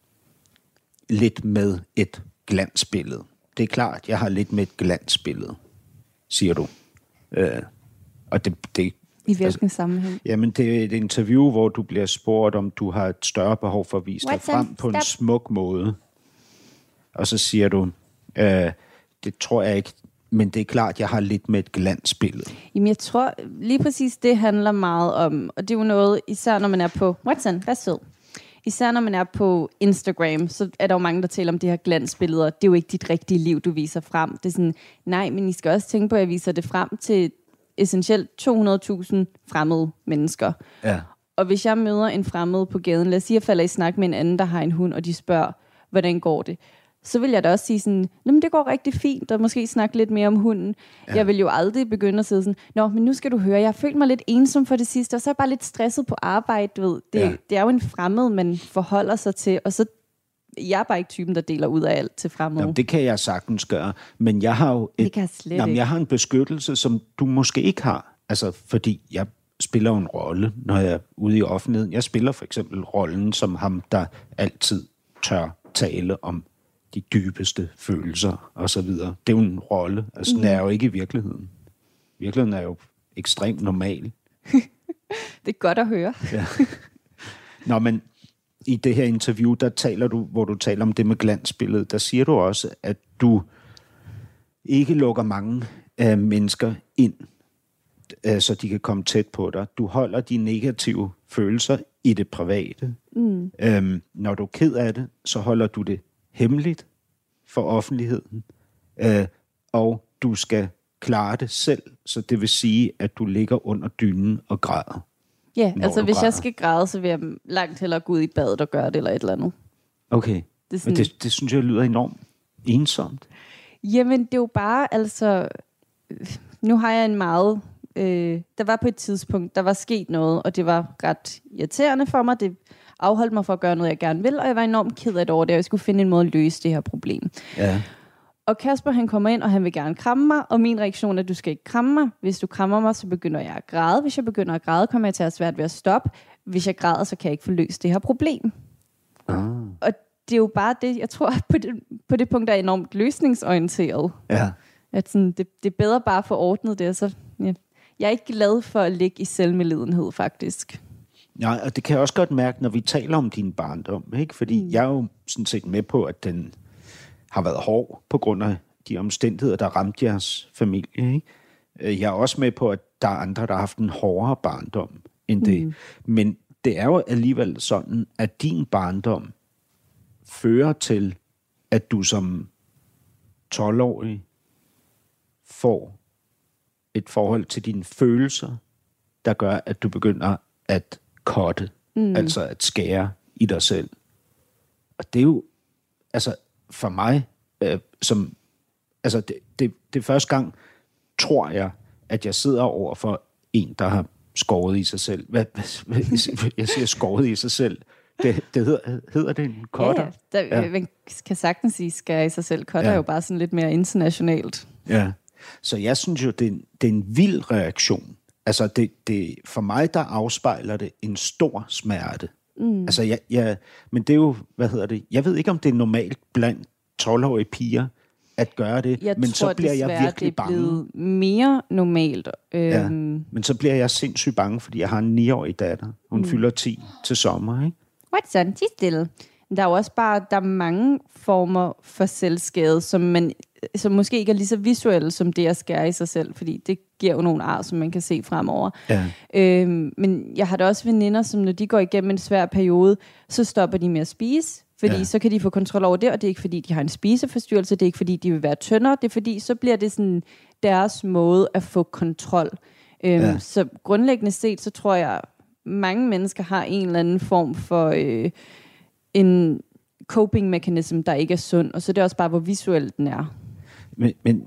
lidt med et glansbillede. Det er klart, jeg har lidt med et glansbillede, siger du. Øh, og det, det, I hvilken altså, sammenhæng? jamen, det er et interview, hvor du bliver spurgt, om du har et større behov for at vise dig Watson, frem på en stop. smuk måde. Og så siger du, øh, det tror jeg ikke, men det er klart, jeg har lidt med et glansbillede. Jamen, jeg tror lige præcis, det handler meget om, og det er jo noget, især når man er på Watson, hvad sød. især når man er på Instagram, så er der jo mange, der taler om det her glansbilleder. Det er jo ikke dit rigtige liv, du viser frem. Det er sådan, nej, men I skal også tænke på, at jeg viser det frem til essentielt to hundrede tusind fremmede mennesker. Ja. Og hvis jeg møder en fremmed på gaden, lad os sige, at jeg falder i snak med en anden, der har en hund, og de spørger, hvordan går det? Så vil jeg da også sige sådan, men det går rigtig fint, og måske snakke lidt mere om hunden. Ja. Jeg vil jo aldrig begynde at sidde sådan, nå, men nu skal du høre, jeg har følt mig lidt ensom for det sidste, og så er jeg bare lidt stresset på arbejde, du ved. Det, ja. det er jo en fremmed, man forholder sig til, og så jeg er bare ikke typen, der deler ud af alt til fremmede. Jamen, det kan jeg sagtens gøre, men jeg har jo et, det kan jeg slet jamen, ikke. jeg har en beskyttelse, som du måske ikke har. Altså, fordi jeg spiller en rolle, når jeg er ude i offentligheden. Jeg spiller for eksempel rollen som ham, der altid tør tale om de dybeste følelser, og så videre. Det er jo en rolle. Altså, mm. den er jo ikke i virkeligheden. Virkeligheden er jo ekstremt normal. Det er godt at høre. Ja. Nå, men i det her interview, der taler du, hvor du taler om det med glansbilledet, der siger du også, at du ikke lukker mange øh, mennesker ind, øh, så de kan komme tæt på dig. Du holder de negative følelser i det private. Mm. Øhm, når du er ked af det, så holder du det hemmeligt for offentligheden, øh, og du skal klare det selv, så det vil sige, at du ligger under dynen og græder. Ja, altså hvis græder. jeg skal græde, så vil jeg langt hellere gå ud i badet og gøre det, eller et eller andet. Okay, det, sådan, men det, det synes jeg lyder enormt ensomt. Jamen, det er jo bare, altså, nu har jeg en meget, øh, der var på et tidspunkt, der var sket noget, og det var ret irriterende for mig, det afholdt mig for at gøre noget, jeg gerne vil, og jeg var enormt ked af det over det, og jeg skulle finde en måde at løse det her problem. Ja. Og Kasper, han kommer ind, og han vil gerne kramme mig, og min reaktion er, at du skal ikke kramme mig. Hvis du krammer mig, så begynder jeg at græde. Hvis jeg begynder at græde, kommer jeg til at have svært ved at stoppe. Hvis jeg græder, så kan jeg ikke få løst det her problem. Ah. Og det er jo bare det, jeg tror, på det, på det punkt er enormt løsningsorienteret. Ja. At sådan, det, det er bedre bare at få ordnet det. Så, ja. Jeg er ikke glad for at ligge i selvmedlidenhed, faktisk. Ja, og det kan jeg også godt mærke, når vi taler om din barndom, ikke? Fordi mm. jeg er jo sådan set med på, at den har været hård på grund af de omstændigheder, der ramte jeres familie, ikke? Jeg er også med på, at der er andre, der har haft en hårdere barndom end det. Mm. Men det er jo alligevel sådan, at din barndom fører til, at du som tolv-årig får et forhold til dine følelser, der gør, at du begynder at cutte, mm. altså at skære i dig selv. Og det er jo, altså for mig, øh, som, altså det, det, det er første gang, tror jeg, at jeg sidder over for en, der har skåret i sig selv. Hvad, hvad, jeg siger skåret i sig selv. Det, det hedder, hedder det en cutter? Ja, ja. Der, ja. Man kan sagtens sige skære i sig selv. Cutter ja. er jo bare sådan lidt mere internationalt. Ja, så jeg synes jo, det er en, det er en vild reaktion. Altså, det, det, for mig, der afspejler det en stor smerte. Mm. Altså, jeg, jeg, men det er jo, hvad hedder det? Jeg ved ikke, om det er normalt blandt tolv-årige piger at gøre det, jeg men tror, så bliver jeg virkelig bange. Jeg tror, det er blevet mere normalt. Øhm. Ja, men så bliver jeg sindssygt bange, fordi jeg har en ni-årig datter. Hun mm. fylder ti til sommer, ikke? What's on? Tis stille. Der er jo også bare, der er mange former for selvskade, som man som måske ikke er lige så visuelle som det at skære i sig selv, fordi det giver jo nogle ar, som man kan se fremover. Ja. Øhm, men jeg har da også veninder, som når de går igennem en svær periode, så stopper de med at spise, fordi ja. så kan de få kontrol over det, og det er ikke fordi, de har en spiseforstyrrelse, det er ikke fordi, de vil være tyndere, det er fordi, så bliver det sådan deres måde at få kontrol. Øhm, ja. Så grundlæggende set, så tror jeg, mange mennesker har en eller anden form for øh, en coping mechanism, der ikke er sund, og så er det også bare, hvor visuel den er. Men, men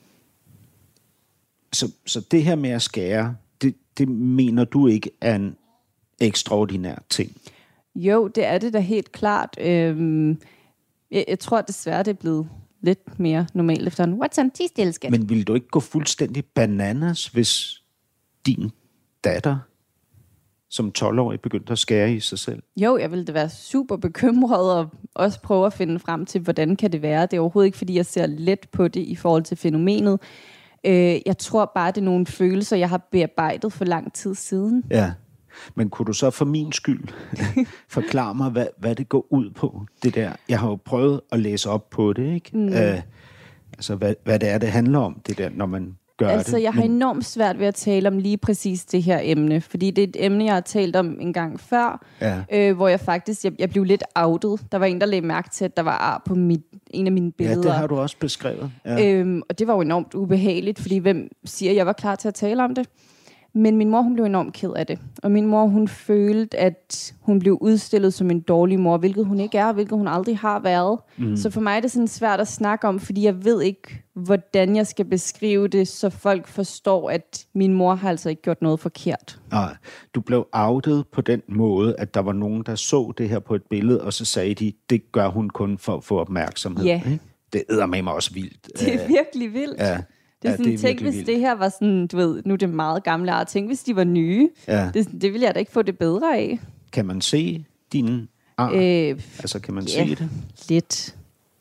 så, så det her med at skære, det, det mener du ikke er en ekstraordinær ting? Jo, det er det da helt klart. Øhm, jeg, jeg tror desværre, det er blevet lidt mere normalt efter en what's on tea skat. Men ville du ikke gå fuldstændig bananas, hvis din datter som tolv-årig begyndte at skære i sig selv? Jo, jeg ville da være super bekymret og også prøve at finde frem til, hvordan kan det være. Det er overhovedet ikke, fordi jeg ser let på det i forhold til fænomenet. Øh, jeg tror bare, det er nogle følelser, jeg har bearbejdet for lang tid siden. Ja, men kunne du så for min skyld forklare mig, hvad, hvad det går ud på, det der? Jeg har jo prøvet at læse op på det, ikke? Mm. Øh, altså, hvad, hvad det er, det handler om, det der, når man gør altså, det. jeg har men... enormt svært ved at tale om lige præcis det her emne, fordi det er et emne, jeg har talt om en gang før, ja. øh, hvor jeg faktisk, jeg, jeg blev lidt outet. Der var en, der lagde mærke til, at der var ar på mit, en af mine billeder. Ja, det har du også beskrevet. Ja. Øhm, og det var jo enormt ubehageligt, fordi hvem siger, at jeg var klar til at tale om det? Men min mor, hun blev enormt ked af det. Og min mor, hun følte, at hun blev udstillet som en dårlig mor, hvilket hun ikke er, hvilket hun aldrig har været. Mm. Så for mig er det sådan svært at snakke om, fordi jeg ved ikke, hvordan jeg skal beskrive det, så folk forstår, at min mor har altså ikke gjort noget forkert. Nej, du blev outet på den måde, at der var nogen, der så det her på et billede, og så sagde de, det gør hun kun for at få opmærksomhed. Ja. Ikke? Det æder med mig også vildt. Det er virkelig vildt. Ja. Det er ja, sådan, det er tænk hvis vildt. det her var sådan, du ved, nu er det meget gamle art. Tænk hvis de var nye. Ja. Det, det ville jeg da ikke få det bedre af. Kan man se dine ar? Øh, altså, kan man ja, se det? lidt.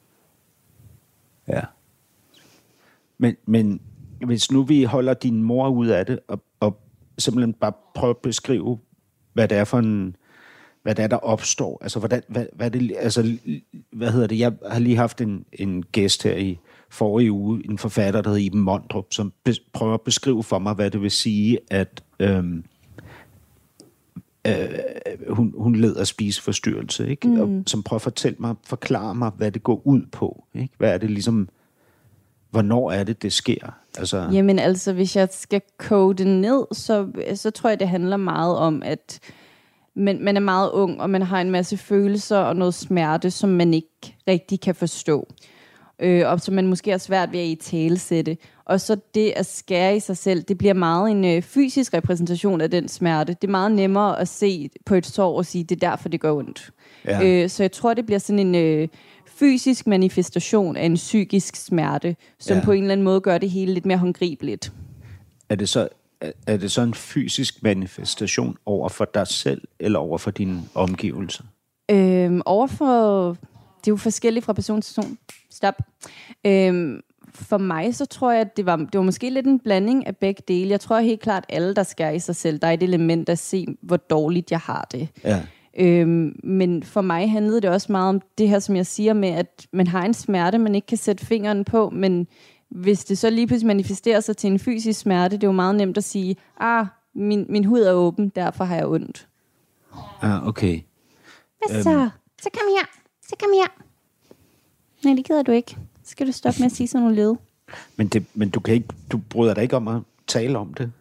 Ja. Men, men hvis nu vi holder din mor ud af det, og, og simpelthen bare prøver at beskrive, hvad det er for en, hvad det er, der opstår. Altså, hvordan, hvad, hvad, det, altså, hvad hedder det? Jeg har lige haft en, en gæst her i forrige uge, en forfatter, der hedder Iben Mondrup, som be, prøver at beskrive for mig, hvad det vil sige, at øhm, øh, hun, hun led af spiseforstyrrelse, ikke? Mm. Og, som prøver at fortælle mig, forklare mig, hvad det går ud på. Ikke? Hvad er det ligesom, hvornår er det, det sker? Altså... Jamen altså, hvis jeg skal koge det ned, så, så tror jeg, det handler meget om, at man, man er meget ung, og man har en masse følelser og noget smerte, som man ikke rigtig kan forstå. Øh, og som man måske har svært ved at italesætte. Og så det at skære i sig selv, det bliver meget en øh, fysisk repræsentation af den smerte. Det er meget nemmere at se på et sår og sige, det er derfor, det gør ondt. Ja. Øh, så jeg tror, det bliver sådan en øh, fysisk manifestation af en psykisk smerte, som ja. på en eller anden måde gør det hele lidt mere håndgribeligt. Er det så, er det så en fysisk manifestation over for dig selv, eller over for dine omgivelser? Øh, over for... Det er jo forskelligt fra person til person. Stop. Øhm, for mig, så tror jeg, at det var, det var måske lidt en blanding af begge dele. Jeg tror helt klart, at alle, der skærer i sig selv, der er et element at se, hvor dårligt jeg har det. Ja. Øhm, men for mig handlede det også meget om det her, som jeg siger med, at man har en smerte, man ikke kan sætte fingeren på, men hvis det så lige pludselig manifesterer sig til en fysisk smerte, det er jo meget nemt at sige, ah, min, min hud er åben, derfor har jeg ondt. Ah, okay. Hvad så? Øhm. Så kom her. Så kom her. Nej, det gider du ikke. Så skal du stoppe med at sige sådan nogle lyde. Men, det, men du, kan ikke, du bryder dig ikke om at tale om det?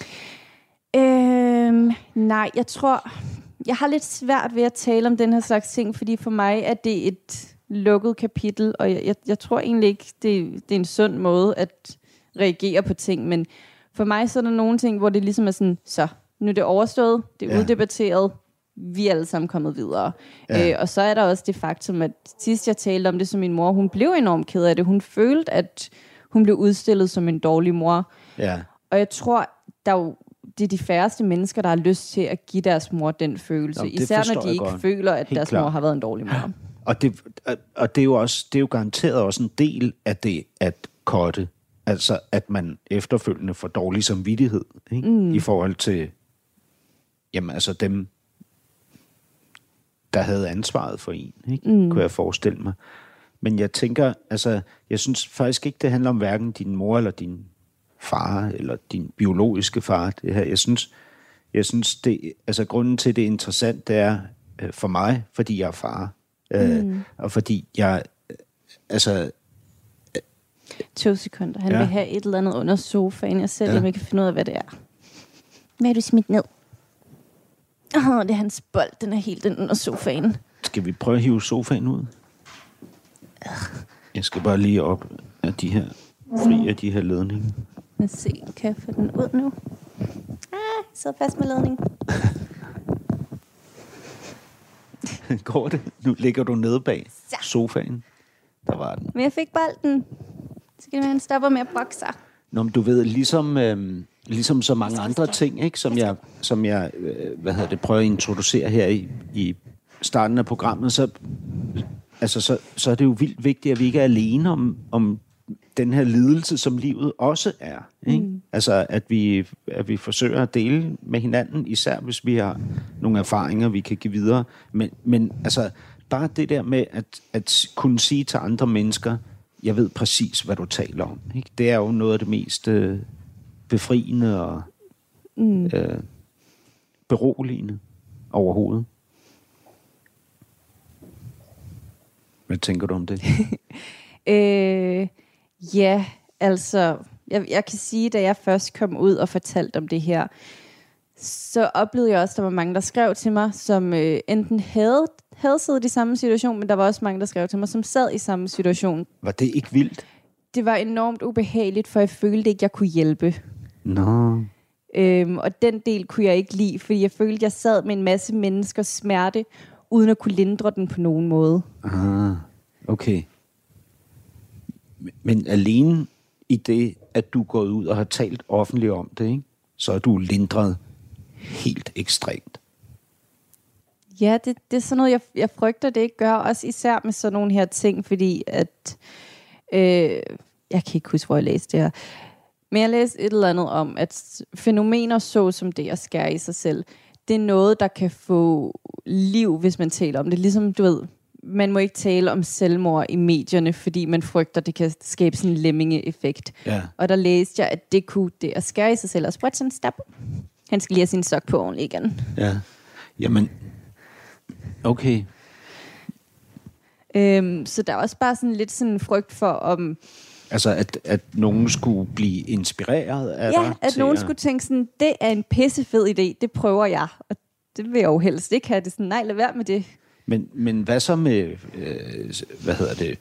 Øhm, nej, jeg tror... Jeg har lidt svært ved at tale om den her slags ting, fordi for mig er det et lukket kapitel, og jeg, jeg, jeg tror egentlig ikke, det, det er en sund måde at reagere på ting, men for mig så er der nogle ting, hvor det ligesom er sådan, så, nu er det overstået, det er ja. uddebatteret, vi er alle sammen kommet videre. Ja. Øh, og så er der også det faktum, at sidst jeg talte om det som min mor, hun blev enormt ked af det. Hun følte, at hun blev udstillet som en dårlig mor. Ja. Og jeg tror, der er jo, det er de færreste mennesker, der har lyst til at give deres mor den følelse. Jamen, især når de ikke godt. føler, at Helt deres klar. mor har været en dårlig mor. Og det, og det er jo også, det er jo garanteret også en del af det at cutte. Altså, at man efterfølgende får dårlig samvittighed, ikke? Mm. I forhold til, jamen altså dem, der havde ansvaret for en, ikke? Mm. Kunne jeg forestille mig. Men jeg tænker, altså, jeg synes faktisk ikke, det handler om hverken din mor eller din far, eller din biologiske far, det her. Jeg synes, jeg synes det, altså grunden til det er interessant, det er øh, for mig, fordi jeg er far. Øh, mm. Og fordi jeg, øh, altså... Øh, to sekunder. Han ja. vil have et eller andet under sofaen. Jeg selv, ja. jeg kan finde ud af, hvad det er. Hvad er du smidt ned? Åh, oh, det er hans bold. Den er helt under sofaen. Skal vi prøve at hive sofaen ud? Jeg skal bare lige op af de her, fri af de her ledninger. Lad os se, kan jeg få den ud nu? Ah, så fast med ledningen. Går det? Nu ligger du nede bag så. sofaen. Der var den. Men jeg fik bolden. Så kan han stoppe med at brokke sig. Nå, men du ved, ligesom, øh, ligesom så mange andre ting, ikke, som jeg, som jeg øh, hvad hedder det, prøver at introducere her i, i starten af programmet, så, altså, så, så er det jo vildt vigtigt, at vi ikke er alene om, om den her lidelse, som livet også er. Ikke? Mm. Altså, at vi, at vi forsøger at dele med hinanden, især hvis vi har nogle erfaringer, vi kan give videre. Men, men altså, bare det der med at, at kunne sige til andre mennesker, jeg ved præcis, hvad du taler om. Ikke? Det er jo noget af det mest øh, befriende og mm. øh, beroligende overhovedet. Hvad tænker du om det? øh, ja, altså, jeg, jeg kan sige, da jeg først kom ud og fortalte om det her, så oplevede jeg også, at der var mange, der skrev til mig, som øh, enten havde, havde siddet i samme situation, men der var også mange, der skrev til mig, som sad i samme situation. Var det ikke vildt? Det var enormt ubehageligt, for jeg følte ikke, jeg kunne hjælpe. Nå. Øhm, og den del kunne jeg ikke lide, fordi jeg følte, jeg sad med en masse menneskers smerte, uden at kunne lindre den på nogen måde. Ah, okay. Men alene i det, at du er gået ud og har talt offentligt om det, ikke? Så er du lindret helt ekstremt. Ja, det, det er sådan noget, jeg, jeg frygter, det ikke gør. Også især med sådan nogle her ting, fordi at... Øh, jeg kan ikke huske, hvor jeg læste det her. Men jeg læste et eller andet om, at fænomener så som det at skære i sig selv, det er noget, der kan få liv, hvis man taler om det. Ligesom, du ved, man må ikke tale om selvmord i medierne, fordi man frygter, det kan skabe sådan en lemminge-effekt. Ja. Og der læste jeg, at det kunne det at skære i sig selv. Og spredt sådan, stop. Han skal lige have sin sok på ordentligt igen. Ja. Jamen, okay. Øhm, så der er også bare sådan lidt sådan en frygt for, om... Altså, at, at nogen skulle blive inspireret af ja, dig? at nogen at... skulle tænke sådan, det er en pissefed idé, det prøver jeg. Og det vil jeg jo helst ikke have. Det sådan, nej, lad være med det. Men, men hvad så med, øh, hvad hedder det,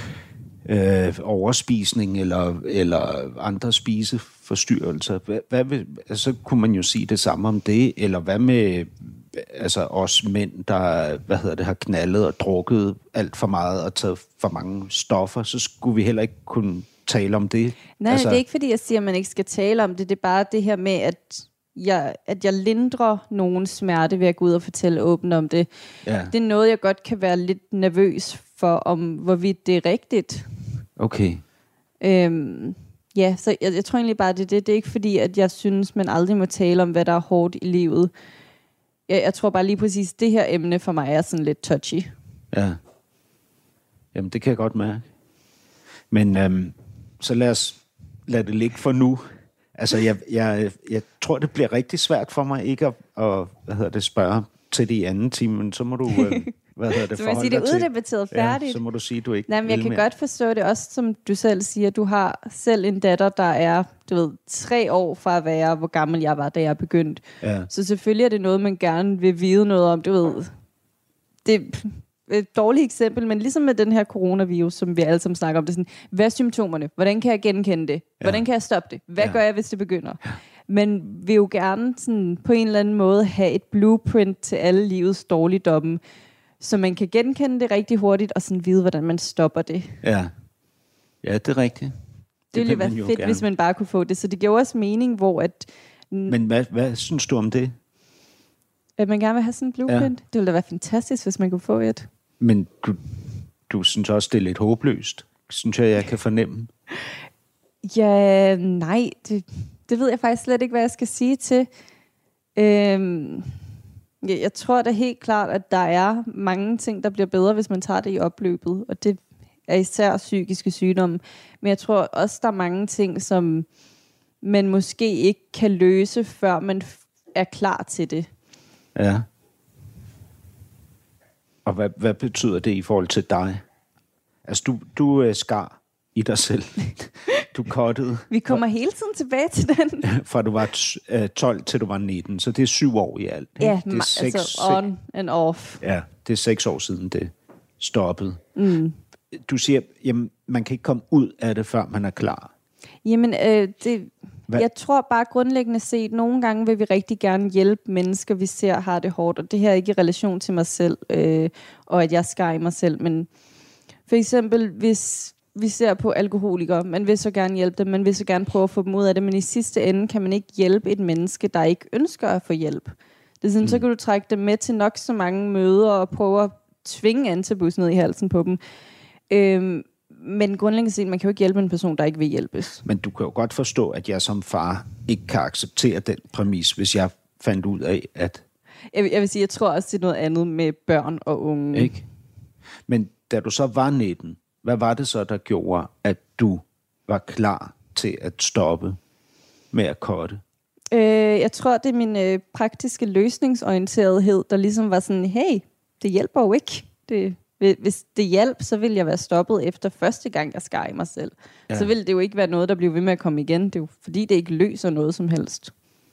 øh, overspisning eller, eller andre spiseforstyrrelser? Hvad, hvad vil, altså, kunne man jo sige det samme om det, eller hvad med altså, os mænd, der hvad hedder det, har knaldet og drukket alt for meget og taget for mange stoffer, så skulle vi heller ikke kunne tale om det? Nej, altså... det er ikke fordi, jeg siger, at man ikke skal tale om det. Det er bare det her med, at jeg, at jeg lindrer nogens smerte ved at gå ud og fortælle åbent om det. Ja. Det er noget, jeg godt kan være lidt nervøs for, om hvorvidt det er rigtigt. Okay. Øhm, ja, så jeg, jeg tror egentlig bare, det er det. Det er ikke fordi, at jeg synes, man aldrig må tale om, hvad der er hårdt i livet. Jeg, jeg tror bare lige præcis, det her emne for mig er sådan lidt touchy. Ja. Jamen, det kan jeg godt mærke. Men øhm, så lad os lade det ligge for nu. Altså, jeg, jeg, jeg tror, det bliver rigtig svært for mig ikke at, at hvad hedder det, spørge til det i anden time, men så må du, øh, hvad hedder det, så man sige, det er uddebatteret færdigt. Ja, så må du sige, du ikke Nej, men jeg kan mere. godt forstå det også, som du selv siger, du har selv en datter, der er, du ved, tre år fra at være, hvor gammel jeg var, da jeg begyndte. Ja. Så selvfølgelig er det noget, man gerne vil vide noget om, du ved. Det et dårligt eksempel, men ligesom med den her coronavirus, som vi alle sammen snakker om, det er sådan, hvad er symptomerne? Hvordan kan jeg genkende det? Hvordan kan jeg stoppe det? Hvad ja. gør jeg, hvis det begynder? Ja. Men vil jo gerne sådan, på en eller anden måde have et blueprint til alle livets dårligdomme, så man kan genkende det rigtig hurtigt, og sådan vide, hvordan man stopper det. Ja, ja det er rigtigt. Det, det ville være fedt, gerne. Hvis man bare kunne få det. Så det giver også mening, hvor at... Men hvad, hvad synes du om det? At man gerne vil have sådan en blueprint? Ja. Det ville da være fantastisk, hvis man kunne få et. Men du, du synes også, det er lidt håbløst? Synes jeg, jeg kan fornemme? Ja, nej. Det, det ved jeg faktisk slet ikke, hvad jeg skal sige til. Øhm, jeg, jeg tror da helt klart, at der er mange ting, der bliver bedre, hvis man tager det i opløbet. Og det er især psykiske sygdomme. Men jeg tror også, der er mange ting, som man måske ikke kan løse, før man er klar til det. Ja. Og hvad, hvad betyder det i forhold til dig? Altså, du, du øh, skar i dig selv. Du kottede. Vi kommer fra, hele tiden tilbage til den. Fra du var tolv til du var nitten, så det er syv år i alt. Ikke? Ja, det er seks, altså on and off. Ja, det er seks år siden, det stoppede. Mm. Du siger, jamen, man kan ikke komme ud af det, før man er klar. Jamen, øh, det... Hvad? Jeg tror bare grundlæggende set, nogle gange vil vi rigtig gerne hjælpe mennesker, vi ser har det hårdt, og det her er ikke i relation til mig selv, øh, og at jeg skar i mig selv, men for eksempel, hvis vi ser på alkoholikere, man vil så gerne hjælpe dem, man vil så gerne prøve at få dem ud af det, men i sidste ende kan man ikke hjælpe et menneske, der ikke ønsker at få hjælp. Det er sådan, mm. så kan du trække dem med til nok så mange møder, og prøve at tvinge antabus ned i halsen på dem. Øh, Men grundlæggende set, man kan jo ikke hjælpe en person, der ikke vil hjælpes. Men du kan jo godt forstå, at jeg som far ikke kan acceptere den præmis, hvis jeg fandt ud af, at... Jeg vil, jeg vil sige, jeg tror også, det er noget andet med børn og unge. Ikke? Men da du så var nitten, hvad var det så, der gjorde, at du var klar til at stoppe med at cutte? Øh, jeg tror, det er min øh, praktiske løsningsorienterethed, der ligesom var sådan, hey, det hjælper jo ikke. Det, hvis det hjalp, så ville jeg være stoppet efter første gang, jeg skar i mig selv. Ja. Så ville det jo ikke være noget, der blev ved med at komme igen. Det er jo fordi, det ikke løser noget som helst.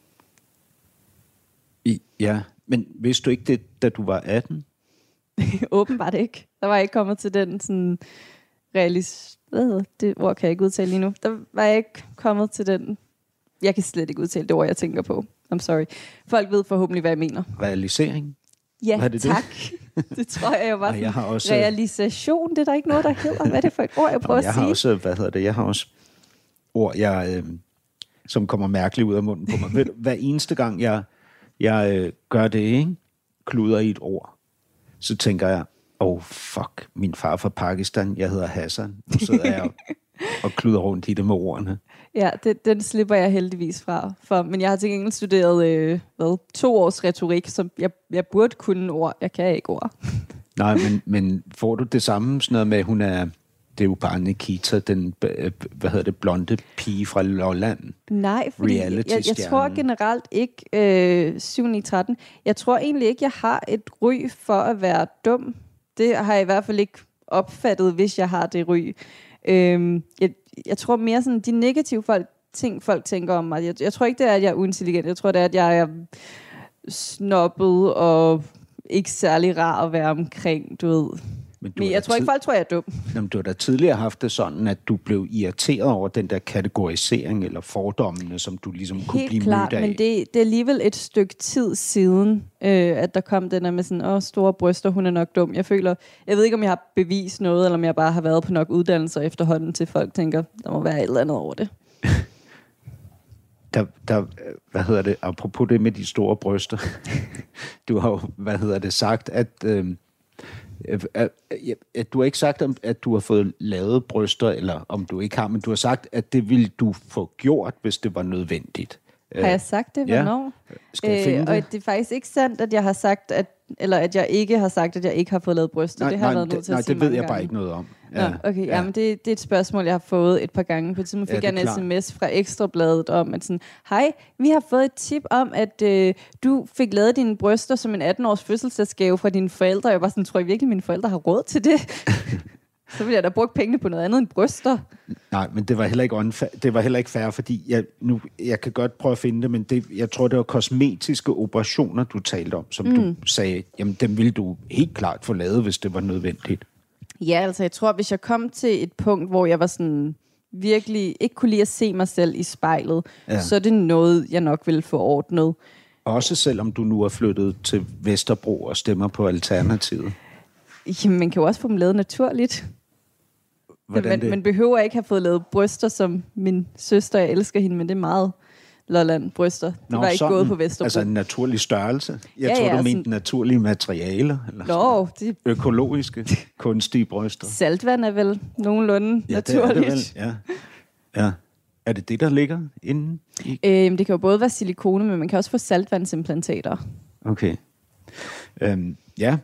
I, ja, men vidste du ikke det, da du var atten? Åbenbart ikke. Der var jeg ikke kommet til den sådan realis... Hvad det ord kan jeg ikke udtale lige nu. Der var jeg ikke kommet til den... Jeg kan slet ikke udtale det ord, jeg tænker på. I'm sorry. Folk ved forhåbentlig, hvad jeg mener. Realisering? Ja, er det tak. Det? det tror jeg jo var. Jeg har også... Realisation, det er der ikke noget, der hedder. Hvad er det for et ord, jeg prøver jeg at sige? Har også, hvad hedder det? Jeg har også ord, jeg, øh, som kommer mærkeligt ud af munden på mig. Hver eneste gang, jeg, jeg øh, gør det, ikke? Kluder i et ord, så tænker jeg, oh fuck, min far fra Pakistan, jeg hedder Hassan. Nu sidder jeg og, og kluder rundt i det med ordene. Ja, det, den slipper jeg heldigvis fra. For, men jeg har til gengæld studeret øh, hvad, to års retorik, så jeg, jeg burde kunne ord. Jeg kan ikke ord. Nej, men, men får du det samme sådan noget med, hun er, det er jo bare Nikita, den, hvad hedder det, blonde pige fra Lolland? Nej, fordi jeg, jeg, jeg tror generelt ikke øh, syv ni tretten. Jeg tror egentlig ikke, jeg har et ry for at være dum. Det har jeg i hvert fald ikke opfattet, hvis jeg har det ry. Øh, jeg, jeg tror mere sådan, de negative folk, ting, folk tænker om mig. Jeg, jeg tror ikke, det er, at jeg er uintelligent. Jeg tror, det er, at jeg er snobbet og ikke særlig rar at være omkring, du ved. Men, du Men jeg tror tid... ikke, folk tror, jeg er dum. Jamen, du har da tidligere haft det sådan, at du blev irriteret over den der kategorisering eller fordommene, som du ligesom kunne Helt blive klart, mødt af. Men det, det er alligevel et stykke tid siden, øh, at der kom den der med sådan, åh, store bryster, hun er nok dum. Jeg føler, jeg ved ikke, om jeg har bevist noget, eller om jeg bare har været på nok uddannelser efterhånden, til folk tænker, der må være et eller andet over det. Der, der, hvad hedder det, apropos det med de store bryster. Du har jo, hvad hedder det, sagt, at... Øh, at, at du har ikke sagt, at du har fået lavet bryster, eller om du ikke har, men du har sagt, at det ville du få gjort, hvis det var nødvendigt. Har jeg sagt det? Hvornår? Ja. Skal jeg finde øh, det? Og det er faktisk ikke sandt, at jeg har sagt, at, eller at jeg ikke har sagt, at jeg ikke har fået lavet bryster. Nej, det har nej, jeg været nødt til nej, at sige det ved jeg gange. bare ikke noget om. Ja. Nå, okay, ja. Jamen det, det er et spørgsmål, jeg har fået et par gange. På et tidspunkt fik ja, jeg en sms fra Ekstrabladet om, at sådan, hej, vi har fået et tip om, at øh, du fik lavet dine bryster som en atten-års fødselsdagsgave fra dine forældre. Jeg var sådan, tror jeg virkelig, mine forældre har råd til det? Så ville jeg da bruge pengene på noget andet end bryster. Nej, men det var heller ikke unfair, det var heller ikke fair, fordi jeg, nu, jeg kan godt prøve at finde det, men det, jeg tror, det var kosmetiske operationer, du talte om, som mm. du sagde, jamen dem ville du helt klart få lavet, hvis det var nødvendigt. Ja, altså jeg tror, hvis jeg kom til et punkt, hvor jeg var sådan virkelig ikke kunne lide at se mig selv i spejlet, ja. Så er det noget, jeg nok ville få ordnet. Også selvom du nu er flyttet til Vesterbro og stemmer på Alternativet. Jamen, man kan jo også få dem lavet naturligt. Man, man behøver ikke have fået lavet bryster som min søster. Jeg elsker hende, men det er meget Lolland bryster. Det Nå, var ikke sådan, gået på Vesterbro. Altså en naturlig størrelse? Jeg ja, tror, ja, du mente sådan... naturlige materialer. Eller Nå, det... Økologiske, kunstige bryster. Saltvand er vel nogenlunde ja, naturligt. Det er det vel, ja. ja. Er det det, der ligger inde i? Øhm, det kan jo både være silikone, men man kan også få saltvandsimplantater. Okay. Øhm, ja.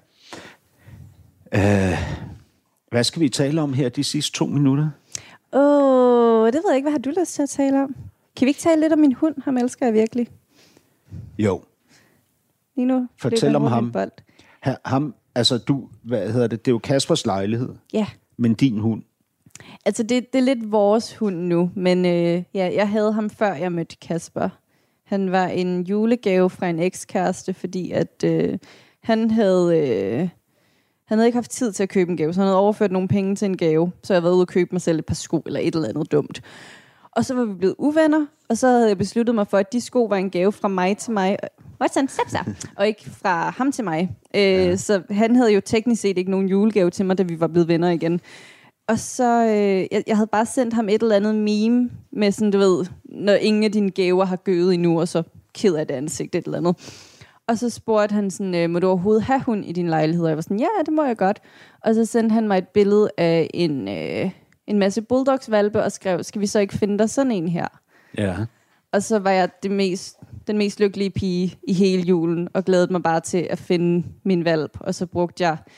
Øh, hvad skal vi tale om her de sidste to minutter? Åh, oh, det ved jeg ikke. Hvad har du lyst til at tale om? Kan vi ikke tale lidt om min hund? Ham elsker jeg virkelig. Jo. Lige nu. Fortæl om ham. Ha, ham. Altså du, hvad hedder det? Det er jo Kaspers lejlighed. Ja. Men din hund? Altså det, det er lidt vores hund nu, men øh, ja, jeg havde ham før jeg mødte Kasper. Han var en julegave fra en ekskæreste, fordi at øh, han havde... Øh, Han havde ikke haft tid til at købe en gave, så han havde overført nogle penge til en gave. Så jeg havde været ude og købe mig selv et par sko eller et eller andet dumt. Og så var vi blevet uvenner, og så havde jeg besluttet mig for, at de sko var en gave fra mig til mig. Watson, og ikke fra ham til mig. Ja. Øh, så han havde jo teknisk set ikke nogen julegave til mig, da vi var blevet venner igen. Og så, øh, jeg, jeg havde bare sendt ham et eller andet meme med sådan, du ved, når ingen af dine gaver har gøet endnu, og så ked af det ansigt, et eller andet. Og så spurgte han sådan, må du overhovedet have hund i din lejlighed? Og jeg var sådan, ja, det må jeg godt. Og så sendte han mig et billede af en, øh, en masse bulldogsvalpe og skrev, skal vi så ikke finde dig sådan en her? Ja. Og så var jeg det mest, den mest lykkelige pige i hele julen, og glædede mig bare til at finde min valp. Og så brugte jeg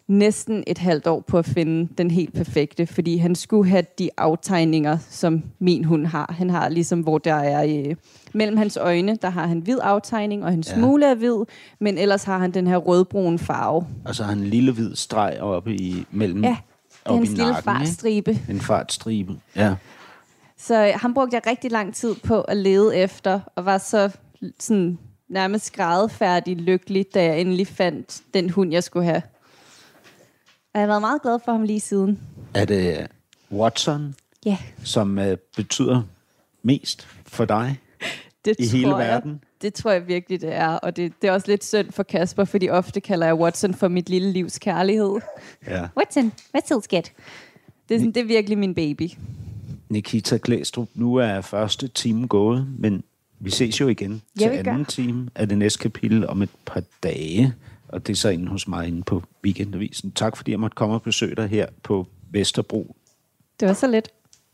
næsten et halvt år på at finde den helt perfekte, fordi han skulle have de aftegninger, som min hund har. Han har ligesom, hvor der er øh, mellem hans øjne, der har han hvid aftegning, og hans ja. smule er hvid, men ellers har han den her rødbrune farve. Og så har han en lille hvid streg oppe i mellem. Ja, det er hans lille nakken, fartstribe. Ikke? En fartstribe, ja. Så øh, ham brugte jeg rigtig lang tid på at lede efter, og var så sådan nærmest grædefærdig lykkelig, da jeg endelig fandt den hund, jeg skulle have. Og jeg har været meget glad for ham lige siden. Er det Watson, ja. som uh, betyder mest for dig det i hele jeg, verden? Det tror jeg virkelig, det er. Og det, det er også lidt synd for Kasper, fordi ofte kalder jeg Watson for mit lille livs kærlighed. Ja. Watson, hvad så skat? Det er, sådan, det er virkelig min baby. Nikita Klæstrup, nu er første time gået, men vi ses jo igen til anden gør. time af det næste kapitel om et par dage. Og det er så inde hos mig inde på Weekendavisen. Tak fordi jeg måtte komme og besøge dig her på Vesterbro. Det var så lidt.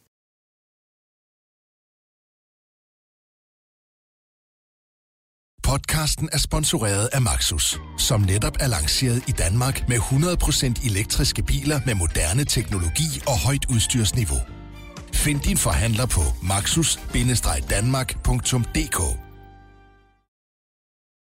Podcasten er sponsoreret af Maxus, som netop er lanceret i Danmark med hundrede procent elektriske biler med moderne teknologi og højt udstyrsniveau. Find din forhandler på maxus bindestreg danmark punktum d k.